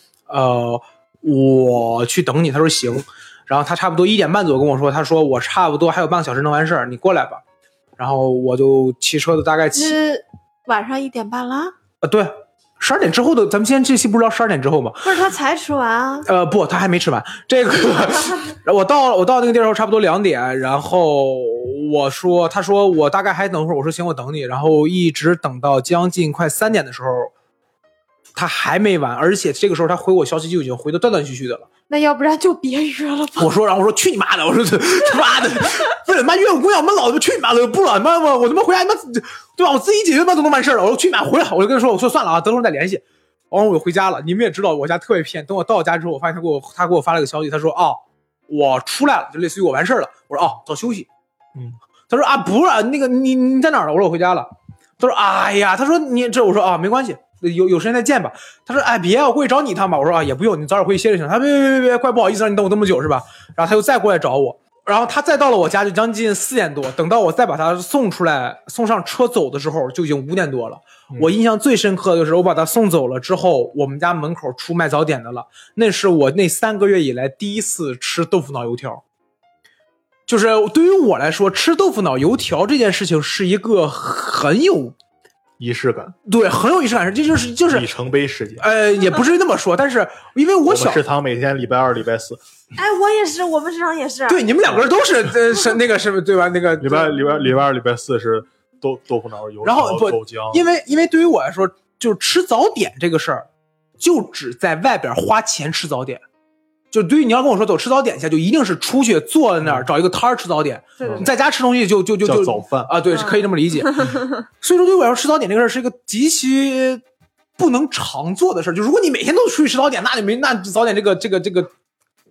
我去等你。她说行，然后她差不多1点半左右跟我说，她说我差不多还有半个小时能完事儿，你过来吧。然后我就骑车的大概晚上1点半啦。 对，12点之后的，咱们今天这期不知道12点之后吗？ 不是他才吃完啊？ 不，他还没吃完。这个，我到那个地儿差不多2点，然后他说我大概还等会儿，我说行，我等你，然后一直等到将近快3点的时候，他还没完，而且这个时候他回我消息就已经回的断断续续的了。 那要不然就别约了吧。 然后我说去你妈的！我说他妈的，不是妈约我姑娘，我们老子去你妈的，不了，妈我他妈回来妈，对吧？我自己解决嘛都能完事了。我说去你妈回来，我就跟他说，我说算了啊，等会儿再联系。然后我就回家了。你们也知道我家特别偏，等我到家之后，我发现他给我发了个消息，他说我出来了，就类似于我完事了。我说早休息。他说不是那个你在哪儿了？我说我回家了。他说哎呀，他说你这，我说没关系。有时间再见吧。他说别，我过去找你一趟吧。我说也不用，你早点回去歇就行。他别，怪不好意思让你等我这么久是吧？然后他又再过来找我，然后他再到了我家就将近4点多，等到我再把他送上车走的时候就已经5点多了。我印象最深刻的就是我把他送走了之后，我们家门口出卖早点的了，那是我那3个月以来第一次吃豆腐脑油条。就是对于我来说，吃豆腐脑油条这件事情是一个很有仪式感， 对，很有仪式感，这就是里程碑事件。 也不至于那么说，但是因为我食堂每天礼拜2、礼拜4。 我也是，我们食堂也是。 对，你们2个人都是是那个是对吧？那个礼拜2、礼拜4是豆腐脑油， 然后豆浆。 因为对于我来说，就是吃早点这个事儿，就只在外边花钱吃早点。就对于你要跟我说走吃早点去，就一定是出去坐在那儿找一个摊儿吃早点。你在家吃东西就叫早饭啊，对，是可以这么理解。所以说对我来说，吃早点这个事儿是一个极其不能常做的事儿。就如果你每天都出去吃早点，那早点这个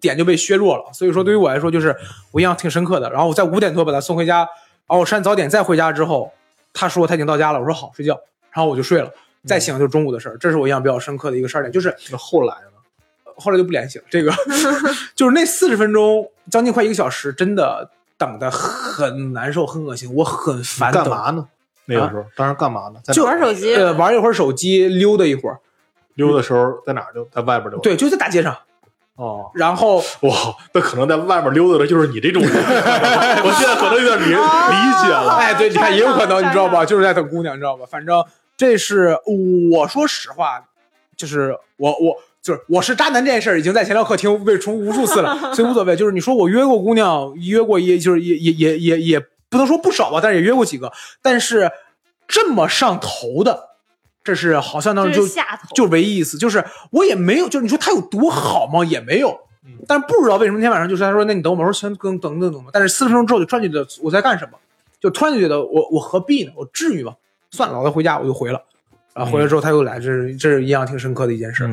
点就被削弱了。所以说对于我来说就是我印象挺深刻的。然后我在5点多把他送回家，然后我吃完早点再回家之后，他说他已经到家了，我说好睡觉，然后我就睡了，再醒就是中午的事儿。这是我印象比较深刻的一个12点，就是后来呢， 后来就不联系了。这个就是那40分钟将近快1个小时，真的等得很难受很恶心，我很烦。 干嘛呢？那个时候当时干嘛呢？ 就玩手机， 玩一会儿手机，溜达一会儿。 溜的时候在哪儿溜？在外边溜？ 对，就在大街上。 哦， 然后哇，那可能在外面溜达的就是你这种人，我现在可能有点理解了。 哎，对，你看也有可能，你知道吧？就是在等姑娘，你知道吧？反正这是我说实话，就是我是渣男这件事儿已经在闲聊客厅被重无数次了，所以无所谓。就是你说我约过姑娘，约过就是也不能说不少吧，但是也约过几个，但是这么上头的。这是好像当时就唯一一次，就是我也没有，就是你说他有多好吗？也没有，但是不知道为什么那天晚上就是他说那你等我，我说行，等，但是40分钟之后就突然觉得我在干什么，就突然就觉得我何必呢？我至于吗？算了，老子回家我就回了，然后回来之后他又来，这是印象挺深刻的一件事。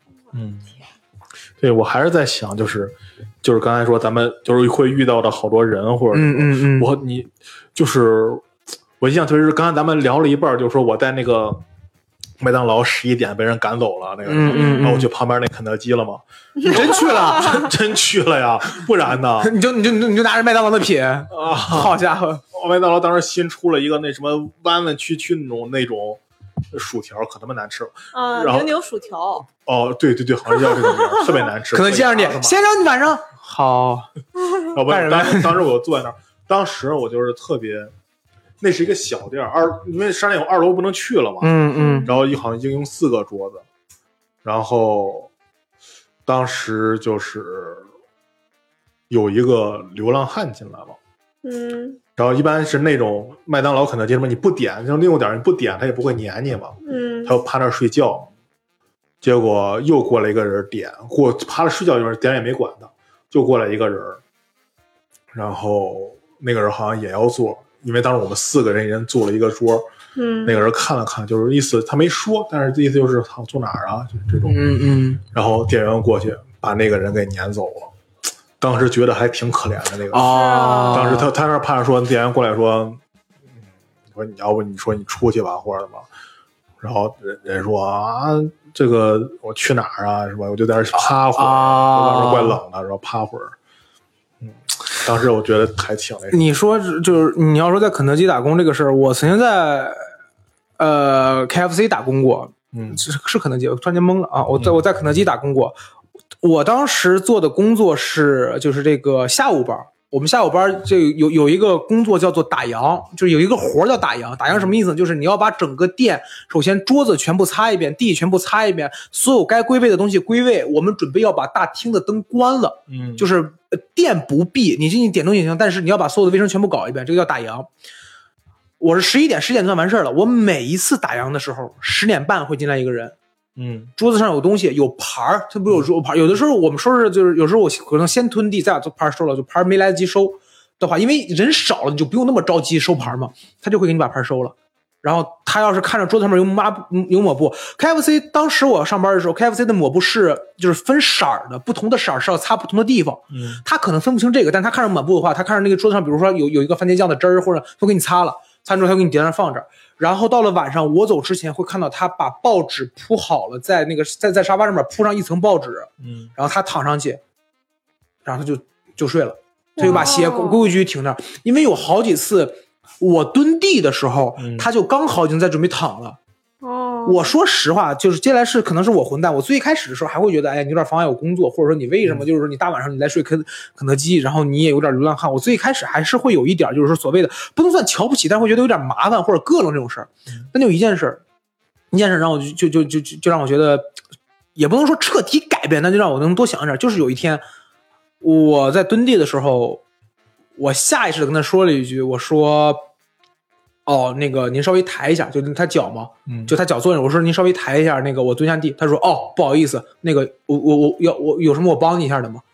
对，我还是在想，就是刚才说咱们就是会遇到的好多人，或者你就是我印象特别是刚才咱们聊了一半，就是说我在那个麦当劳11点被人赶走了那个，然后我去旁边那肯德基了嘛， 你真去了， 真去了呀，不然呢？ 你就拿着麦当劳的品啊，好家伙！ 麦当劳当时新出了一个那什么弯弯曲曲那种薯条，可他妈难吃了牛牛薯条。 哦，对，好像叫这个名，特别难吃。 可能这样点，先生你晚上好。 当时我坐在那儿，当时我就是特别。那是一个小店因为12点2楼不能去了嘛，然后好像已经用4个桌子，然后当时就是有一个流浪汉进来了，然后一般是那种麦当劳、肯德基什么，你不点就6点，你不点他也不会撵你嘛，他就趴那睡觉，结果又过来一个人点，趴着睡觉，点也没管他，就过来一个人，然后那个人好像也要做。因为当时我们4个人坐了一个桌，那个人看了看，就是意思他没说，但是意思就是他坐哪儿啊，就是这种，然后店员过去把那个人给撵走了，当时觉得还挺可怜的那个，当时他那怕说店员过来说，说你要不你说你出去吧或者什么，然后人说啊这个我去哪儿啊是吧？我就在那趴会儿，当时怪冷的，然后趴会儿。当时我觉得还挺那个。 你说就是你要说在肯德基打工这个事儿，我曾经在KFC 打工过，是肯德基，我突然间懵了啊！我在肯德基打工过，我当时做的工作是就是这个下午班。我们下午班这有一个工作叫做打烊，就是有一个活叫打烊。打烊什么意思？就是你要把整个店，首先桌子全部擦一遍，地全部擦一遍，所有该归位的东西归位。我们准备要把大厅的灯关了，就是店不闭，你进去点东西也行，但是你要把所有的卫生全部搞一遍，这个叫打烊。我是10点算完事儿了。我每一次打烊的时候，10点半会进来一个人。桌子上有东西，有盘儿，它不有盘儿。有的时候我们收拾就是有时候我可能先吞地，再把盘儿收了，就盘儿没来得及收的话，因为人少了，你就不用那么着急收盘嘛，他就会给你把盘儿收了。然后他要是看着桌子上面有抹布 ，KFC 当时我上班的时候 ，KFC 的抹布是就是分色儿的，不同的色儿是要擦不同的地方。他可能分不清这个，但他看着抹布的话，他看着那个桌子上，比如说有一个番茄酱的汁儿，或者都给你擦了，擦完之后他给你叠上放这儿。然后到了晚上，我走之前会看到他把报纸铺好了，在那个在沙发上面铺上一层报纸，然后他躺上去，然后他就睡了，他就把鞋规规矩矩停那儿。因为有好几次我蹲地的时候，他就刚好已经在准备躺了。我说实话，就是接下来是可能是我混蛋。我最开始的时候还会觉得，哎，你有点妨碍我工作，或者说你为什么就是说你大晚上你来睡肯德基，然后你也有点流浪汉。我最开始还是会有一点，就是说所谓的不能算瞧不起，但会觉得有点麻烦或者膈应这种事儿。但就一件事让我就让我觉得，也不能说彻底改变，但就让我能多想一点。就是有一天我在蹲地的时候，我下意识的跟他说了一句，我说。哦，那个您稍微抬一下，就他脚嘛，就他脚坐着，我说您稍微抬一下，那个我蹲下地，他说哦不好意思，那个我有什么我帮你一下的吗？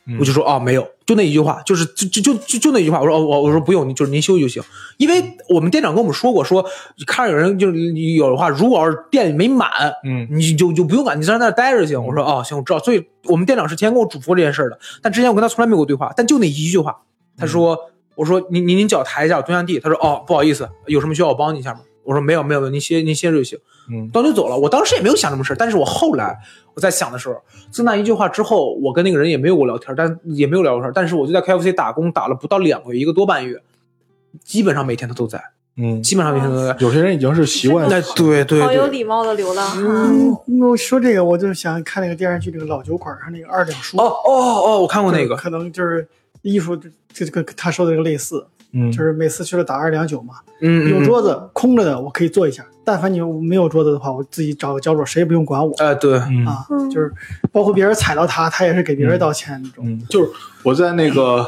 我就说哦没有，就那一句话，就是就那一句话，我说不用，就是您休息就行，因为我们店长跟我们说过，说看着有人就是有的话，如果要是店里没满，你就不用赶，你在那待着就行。我说哦行，我知道。所以我们店长是提前跟我嘱咐这件事的，但之前我跟他从来没有对话，但就那一句话，他说我说您脚抬一下，我蹲下地，他说哦不好意思，有什么需要我帮你一下吗？我说没有，您歇着就行。当就走了，我当时也没有想这么事，但是我后来我在想的时候，自那一句话之后，我跟那个人也没有过聊天，但是我就在 KFC 打工打了不到2个月，1个多半月，基本上每天他都在，基本上每天都在。 有些人已经是习惯了， 对， 好有礼貌的流浪汉。 我说这个，我就想看那个电视剧，这个老酒馆上那个2两书。 我看过那个， 可能就是艺术，这个他说的这个类似。就是每次去了打2两酒嘛，有桌子空着的我可以坐一下，但凡你没有桌子的话，我自己找个角落，谁也不用管我。 对， 就是包括别人踩到他也是给别人道歉那种。 就是我在那个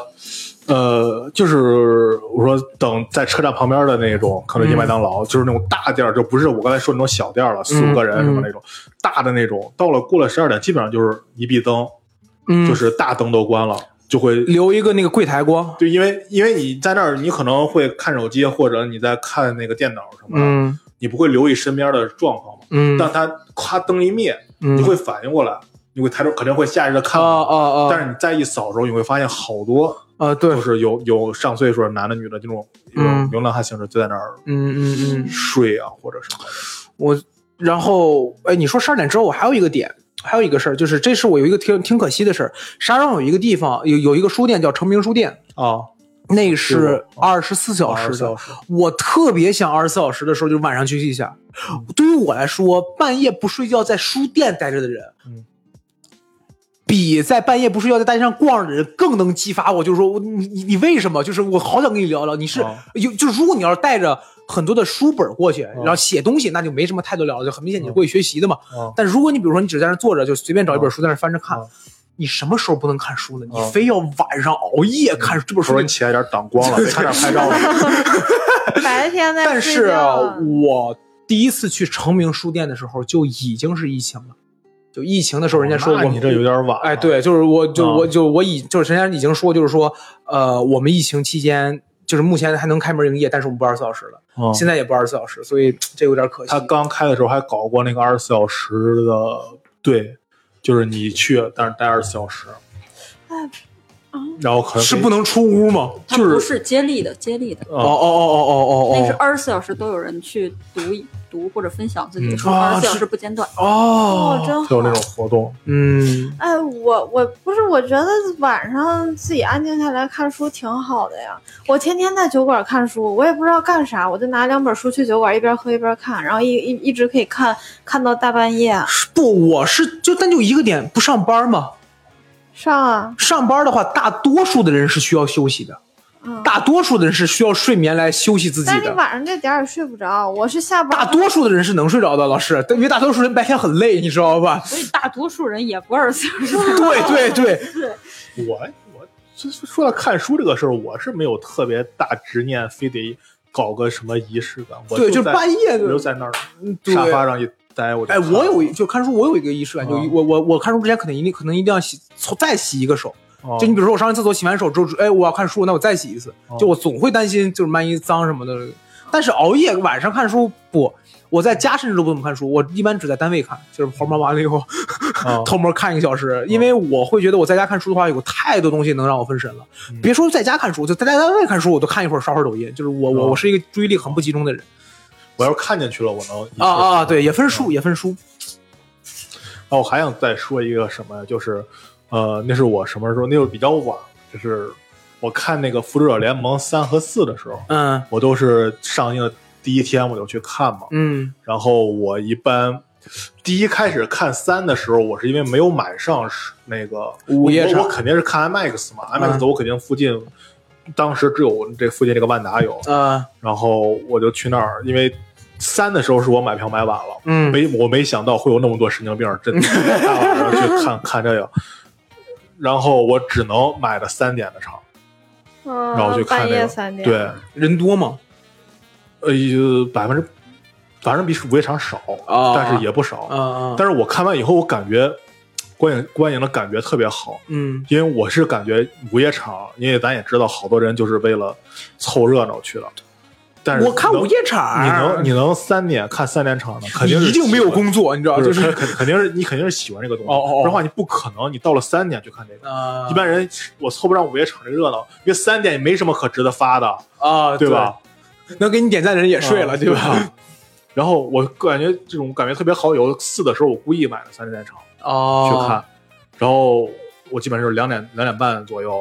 就是我说等在车站旁边的那种肯德基、麦当劳，就是那种大店，就不是我刚才说那种小店了，4、5个人什么那种，大的那种，过了12点，基本上就是一闭灯，就是大灯都关了。就会留一个那个柜台光， 对，因为你在那儿，你可能会看手机或者你在看那个电脑什么的，你不会留意身边的状况嘛，但他咔灯一灭，你会反应过来，你会抬头，肯定会下意识的看，但是你再一扫的时候，你会发现好多对， 就是有上岁数男的女的这种流浪汉性质就在那儿睡啊或者什么的。 然后你说12点之后，我还有一个点。还有一个事儿，就是这是我有一个挺可惜的事儿。石家庄有一个地方有一个书店叫成名书店那个是24小时的。我特别想24小时的时候就晚上去一下。对于我来说，半夜不睡觉在书店待着的人，比在半夜不睡觉在大街上逛的人更能激发我。就是说你为什么？就是我好想跟你聊聊。你是就是如果你要是带着很多的书本过去，然后写东西，那就没什么太多聊了，就很明显你是过去学习的嘛。但如果你比如说你只在那坐着，就随便找一本书在那翻着看，你什么时候不能看书呢？你非要晚上熬夜看这本书， 你起来点挡光了，差点拍照了。 白天在但是我第一次去成名书店的时候就已经是疫情了。就疫情的时候，人家说你这有点晚。 对，就是就是人家已经说，就是说我们疫情期间。就是目前还能开门营业，但是我们不24小时了，现在也不24小时，所以这有点可惜。 他刚开的时候还搞过那个24小时的，对，就是你去，但是待24小时，然后可能是不能出屋吗？ 就是不是接力的，那是24小时都有人去读或者分享自己的书，24小时不间断。 真好， 有那种活动。 我不是，我觉得晚上自己安静下来看书挺好的呀。我天天在酒馆看书，我也不知道干啥，我就拿2本书去酒馆，一边喝一边看，然后一直可以看到大半夜。 不，我是但就一个点，不上班吗？ 上啊！ 上班的话，大多数的人是需要休息的。大多数的人是需要睡眠来休息自己的， 但是你晚上这点也睡不着。我是下班， 大多数的人是能睡着的，老师，因为大多数人白天很累，你知道吧？ 所以大多数人也不24小时。 对。 我说到看书这个事儿，我是没有特别大执念，非得搞个什么仪式感。 对，就半夜我就在那儿沙发上一待，我就看书，我有一个仪式感，就我看书之前可能一定要再洗一个手。就你比如说我上完厕所洗完手之后，我要看书，那我再洗一次。就我总会担心就是万一脏什么的。但是熬夜晚上看书不，我在家甚至都不怎么看书，我一般只在单位看，就是活忙完了以后偷摸看1个小时，因为我会觉得我在家看书的话有太多东西能让我分神了。别说在家看书，就在单位看书我都看一会儿刷会儿抖音，就是我是一个注意力很不集中的人。 我要是看进去了，我能对，也分书。 我还想再说一个什么，就是那是我什么时候？那就比较晚，就是我看那个《复仇者联盟3和4》的时候，我都是上映的第一天我就去看嘛，然后我一般第一开始看3的时候，我是因为没有买上那个午夜场， 我肯定是看 IMAX 嘛，IMAX 我肯定附近，当时只有这附近这个万达有，然后我就去那儿，因为3的时候是我买票买晚了，我没想到会有那么多神经病，真的大晚上去看这个。然后我只能买的3点的场，然后去看半夜3点。 对， 人多吗？ 反正比午夜场少，但是也不少。但是我看完以后，我感觉观影的感觉特别好。因为我是感觉午夜场，因为咱也知道好多人就是为了凑热闹去的。但是我看午夜场， 你能3点看3点场的，肯定是一定没有工作，你知道，就是肯定是喜欢这个东西。不然的话，你不可能你到了3点去看这个。一般人我凑不上午夜场这热闹，因为3点也没什么可值得发的啊，对吧？ 能给你点赞的人也睡了，对吧？ 然后我感觉这种感觉特别好。有4的时候，我故意买了3点场去看，然后我基本上是2点半左右，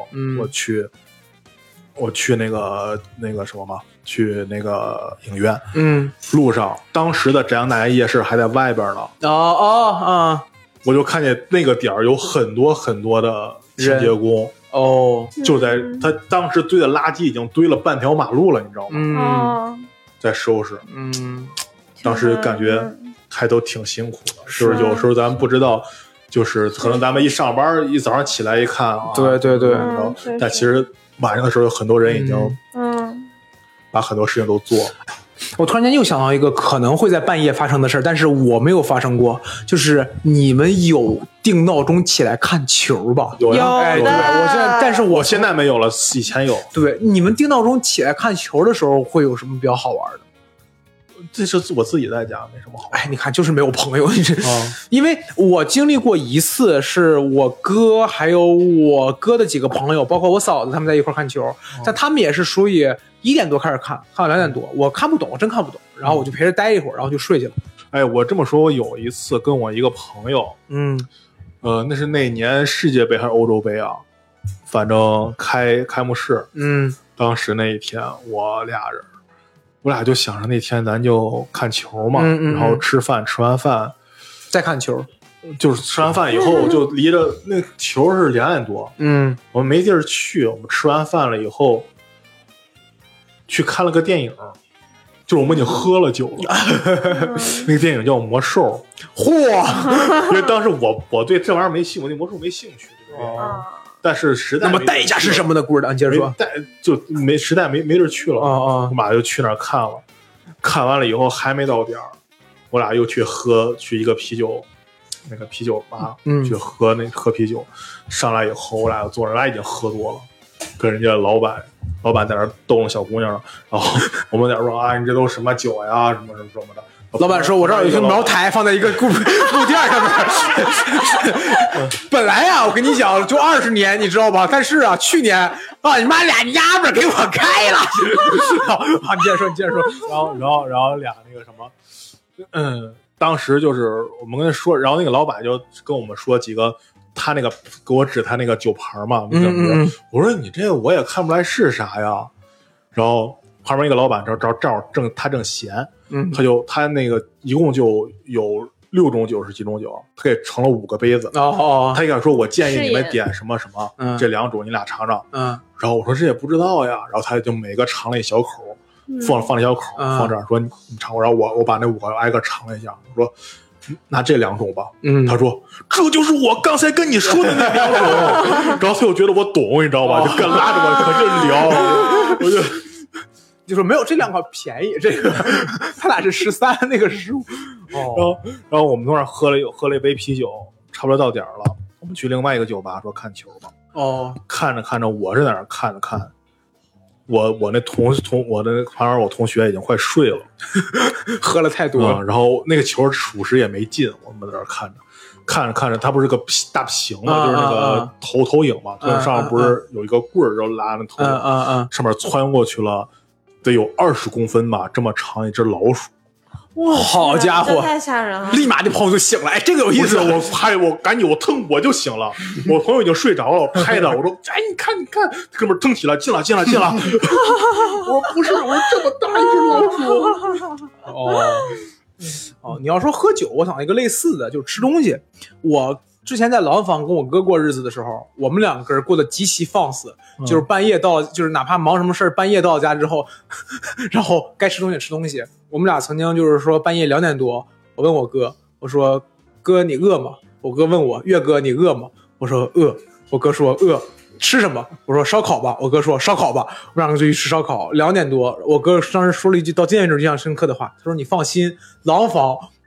我去那个什么嘛。去那个影院，路上当时的沈阳大街夜市还在外边呢。我就看见那个点儿有很多很多的清洁工就在他当时堆的垃圾已经堆了半条马路了，你知道吗？在收拾。当时感觉还都挺辛苦的，就是有时候咱们不知道，就是可能咱们一上班一早上起来一看啊， 对， 但其实晚上的时候有很多人已经把很多事情都做了。 我突然间又想到一个可能会在半夜发生的事儿，但是我没有发生过，就是你们有定闹钟起来看球吧？ 有对，我现在没有了，以前有。 对，你们定闹钟起来看球的时候会有什么比较好玩的？ 这是我自己在家，没什么好。 你看，就是没有朋友。因为我经历过一次，是我哥还有我哥的几个朋友，包括我嫂子他们在一块看球，但他们也是属于1点多开始看到2点多，我看不懂，我真看不懂，然后我就陪着待一会儿，然后就睡去了。 我这么说，我有一次跟我一个朋友，那是那年世界杯还是欧洲杯啊？反正开幕式，当时那一天我俩就想着那天咱就看球嘛，然后吃完饭再看球， 就是吃完饭以后就离着那球是2点多，我们没地儿去，我们吃完饭了以后去看了个电影，就是我们已经喝了酒了，那个电影叫《魔兽》，因为当时我对这玩意儿没兴趣，我对魔兽没兴趣，但是实在那么代价是什么呢？故事你接着说。 实在没地儿去了，我俩就去那儿看了，看完了以后还没到点儿，我俩又去一个啤酒，那个啤酒吧，去喝啤酒，上来以后我俩就坐着，我俩已经喝多了，跟人家老板在那儿逗弄小姑娘，然后我们在那说啊，你这都什么酒呀，什么的。 老板说：“我这儿有一个茅台放在一个路垫上面。本来呀，我跟你讲，就20年，你知道吧？但是啊，去年啊，你妈俩丫们给我开了。好，你接着说。 然后俩那个什么，当时就是我们跟他说，然后那个老板就跟我们说几个，他那个给我指他那个酒牌嘛，我说你这个我也看不出来是啥呀，然后旁边一个老板正好正闲。他那个一共就有6种酒是几种酒，他给盛了5个杯子。他一开始说我建议你们点什么什么，这2种你俩尝尝。然后我说这也不知道呀，然后他就每个尝了一小口，放了一小口放这儿，说你尝。然后我把那5个挨个尝了一下，我说拿这2种吧。他说这就是我刚才跟你说的那2种。然后他又觉得我懂，你知道吧，就跟拉着我可劲聊，我就说没有这2款便宜，这个他俩是13，那个是15。 然后我们从那儿喝了一杯啤酒，差不多到点了，我们去另外一个酒吧说看球吧。看着，我是在那儿看着看，我那我的旁边我同学已经快睡了， 喝了太多了。 然后那个球属实也没进，我们在那儿看着，它不是个大屏嘛，就是那个投影嘛，上面不是有一个棍儿，然后拉那投影，上面穿过去了。得有20公分吧，这么长一只老鼠。 哇，好家伙， 太吓人了！ 立马这朋友就醒了，这个有意思。 我赶紧我就醒了，我朋友已经睡着了，我拍他，我说你看，哥们儿腾起来，进了。我说不是，我说这么大一只老鼠。你要说喝酒，我想一个类似的，就是吃东西。我之前在廊坊跟我哥过日子的时候，我们2个人过得极其放肆，就是半夜到，就是哪怕忙什么事儿，半夜到家之后，然后该吃东西吃东西。我们俩曾经就是说半夜2点多，我问我哥，我说哥你饿吗？我哥问我岳哥你饿吗？我说饿。我哥说饿。吃什么？我说烧烤吧。我哥说烧烤吧。我们2个就去吃烧烤。2点多，我哥当时说了一句到今天为止印象深刻的话，他说你放心，廊坊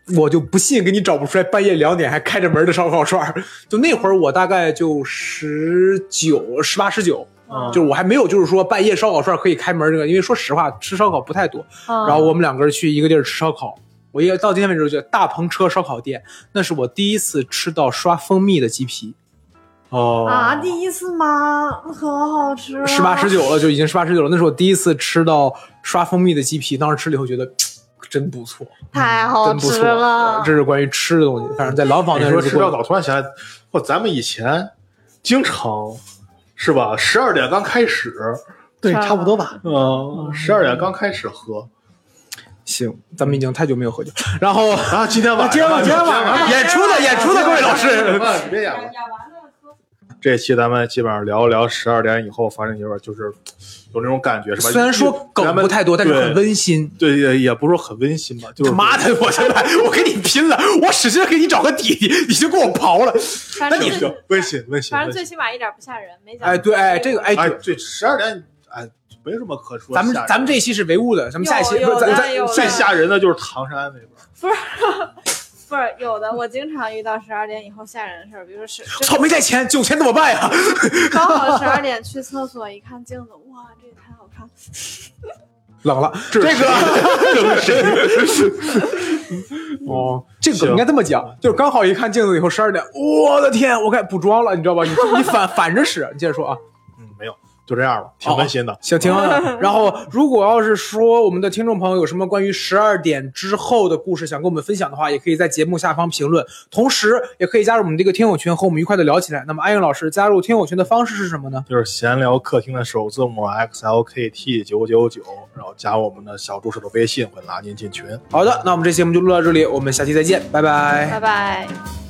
我就不信给你找不出来半夜2点还开着门的烧烤串。就那会儿我大概就18、19，就是我还没有就是说半夜烧烤串可以开门这个，因为说实话吃烧烤不太多。然后我们2个人去一个地儿吃烧烤，我也到今天为止觉得大篷车烧烤店，那是我第一次吃到刷蜂蜜的鸡皮。 第一次吗？可好吃了。 18、19了，就已经18、19了，那是我第一次吃到刷蜂蜜的鸡皮，当时吃了以后觉得真不错， 太好吃了。 这是关于吃的东西。反正在廊坊那说吃烧烤，突然想起来，咱们以前经常是吧？12点刚开始， 对，差不多吧。 12点刚开始喝。 行，咱们已经太久没有喝酒。然后今天晚上演出的各位老师， 别演了。这期咱们基本上聊一聊12点以后发生一些，就是有那种感觉，是吧？ 虽然说梗不太多，但是很温馨。 对，也不是说很温馨吧，就是他妈的，我现在我跟你拼了，我使劲给你找个底，你就给我刨了。 那你温馨， 反正最起码一点不吓人，没讲。对，这个对12点没什么可说。 咱们这一期是唯物的，咱们下一期最吓人的就是唐山那边。 不是有的，我经常遇到12点以后吓人的事儿，比如说操，没带钱，9千怎么办呀？ 刚好12点去厕所，一看镜子，哇，这也太好看。 冷了，这个这个应该这么讲，就是刚好一看镜子以后12点，我的天，我该补妆了，你知道吧？你反着使，你接着说啊。 没有。就这样吧，挺温馨的， 行，挺好的。然后，如果要是说我们的听众朋友有什么关于12点之后的故事想跟我们分享的话，也可以在节目下方评论，同时也可以加入我们这个听友群，和我们愉快的聊起来。那么，安英老师加入听友群的方式是什么呢？ 就是闲聊客厅的首字母 XLKT999，然后加我们的小助手的微信，会拉您进群。 好的，那我们这期节目就录到这里，我们下期再见，拜拜， 拜拜。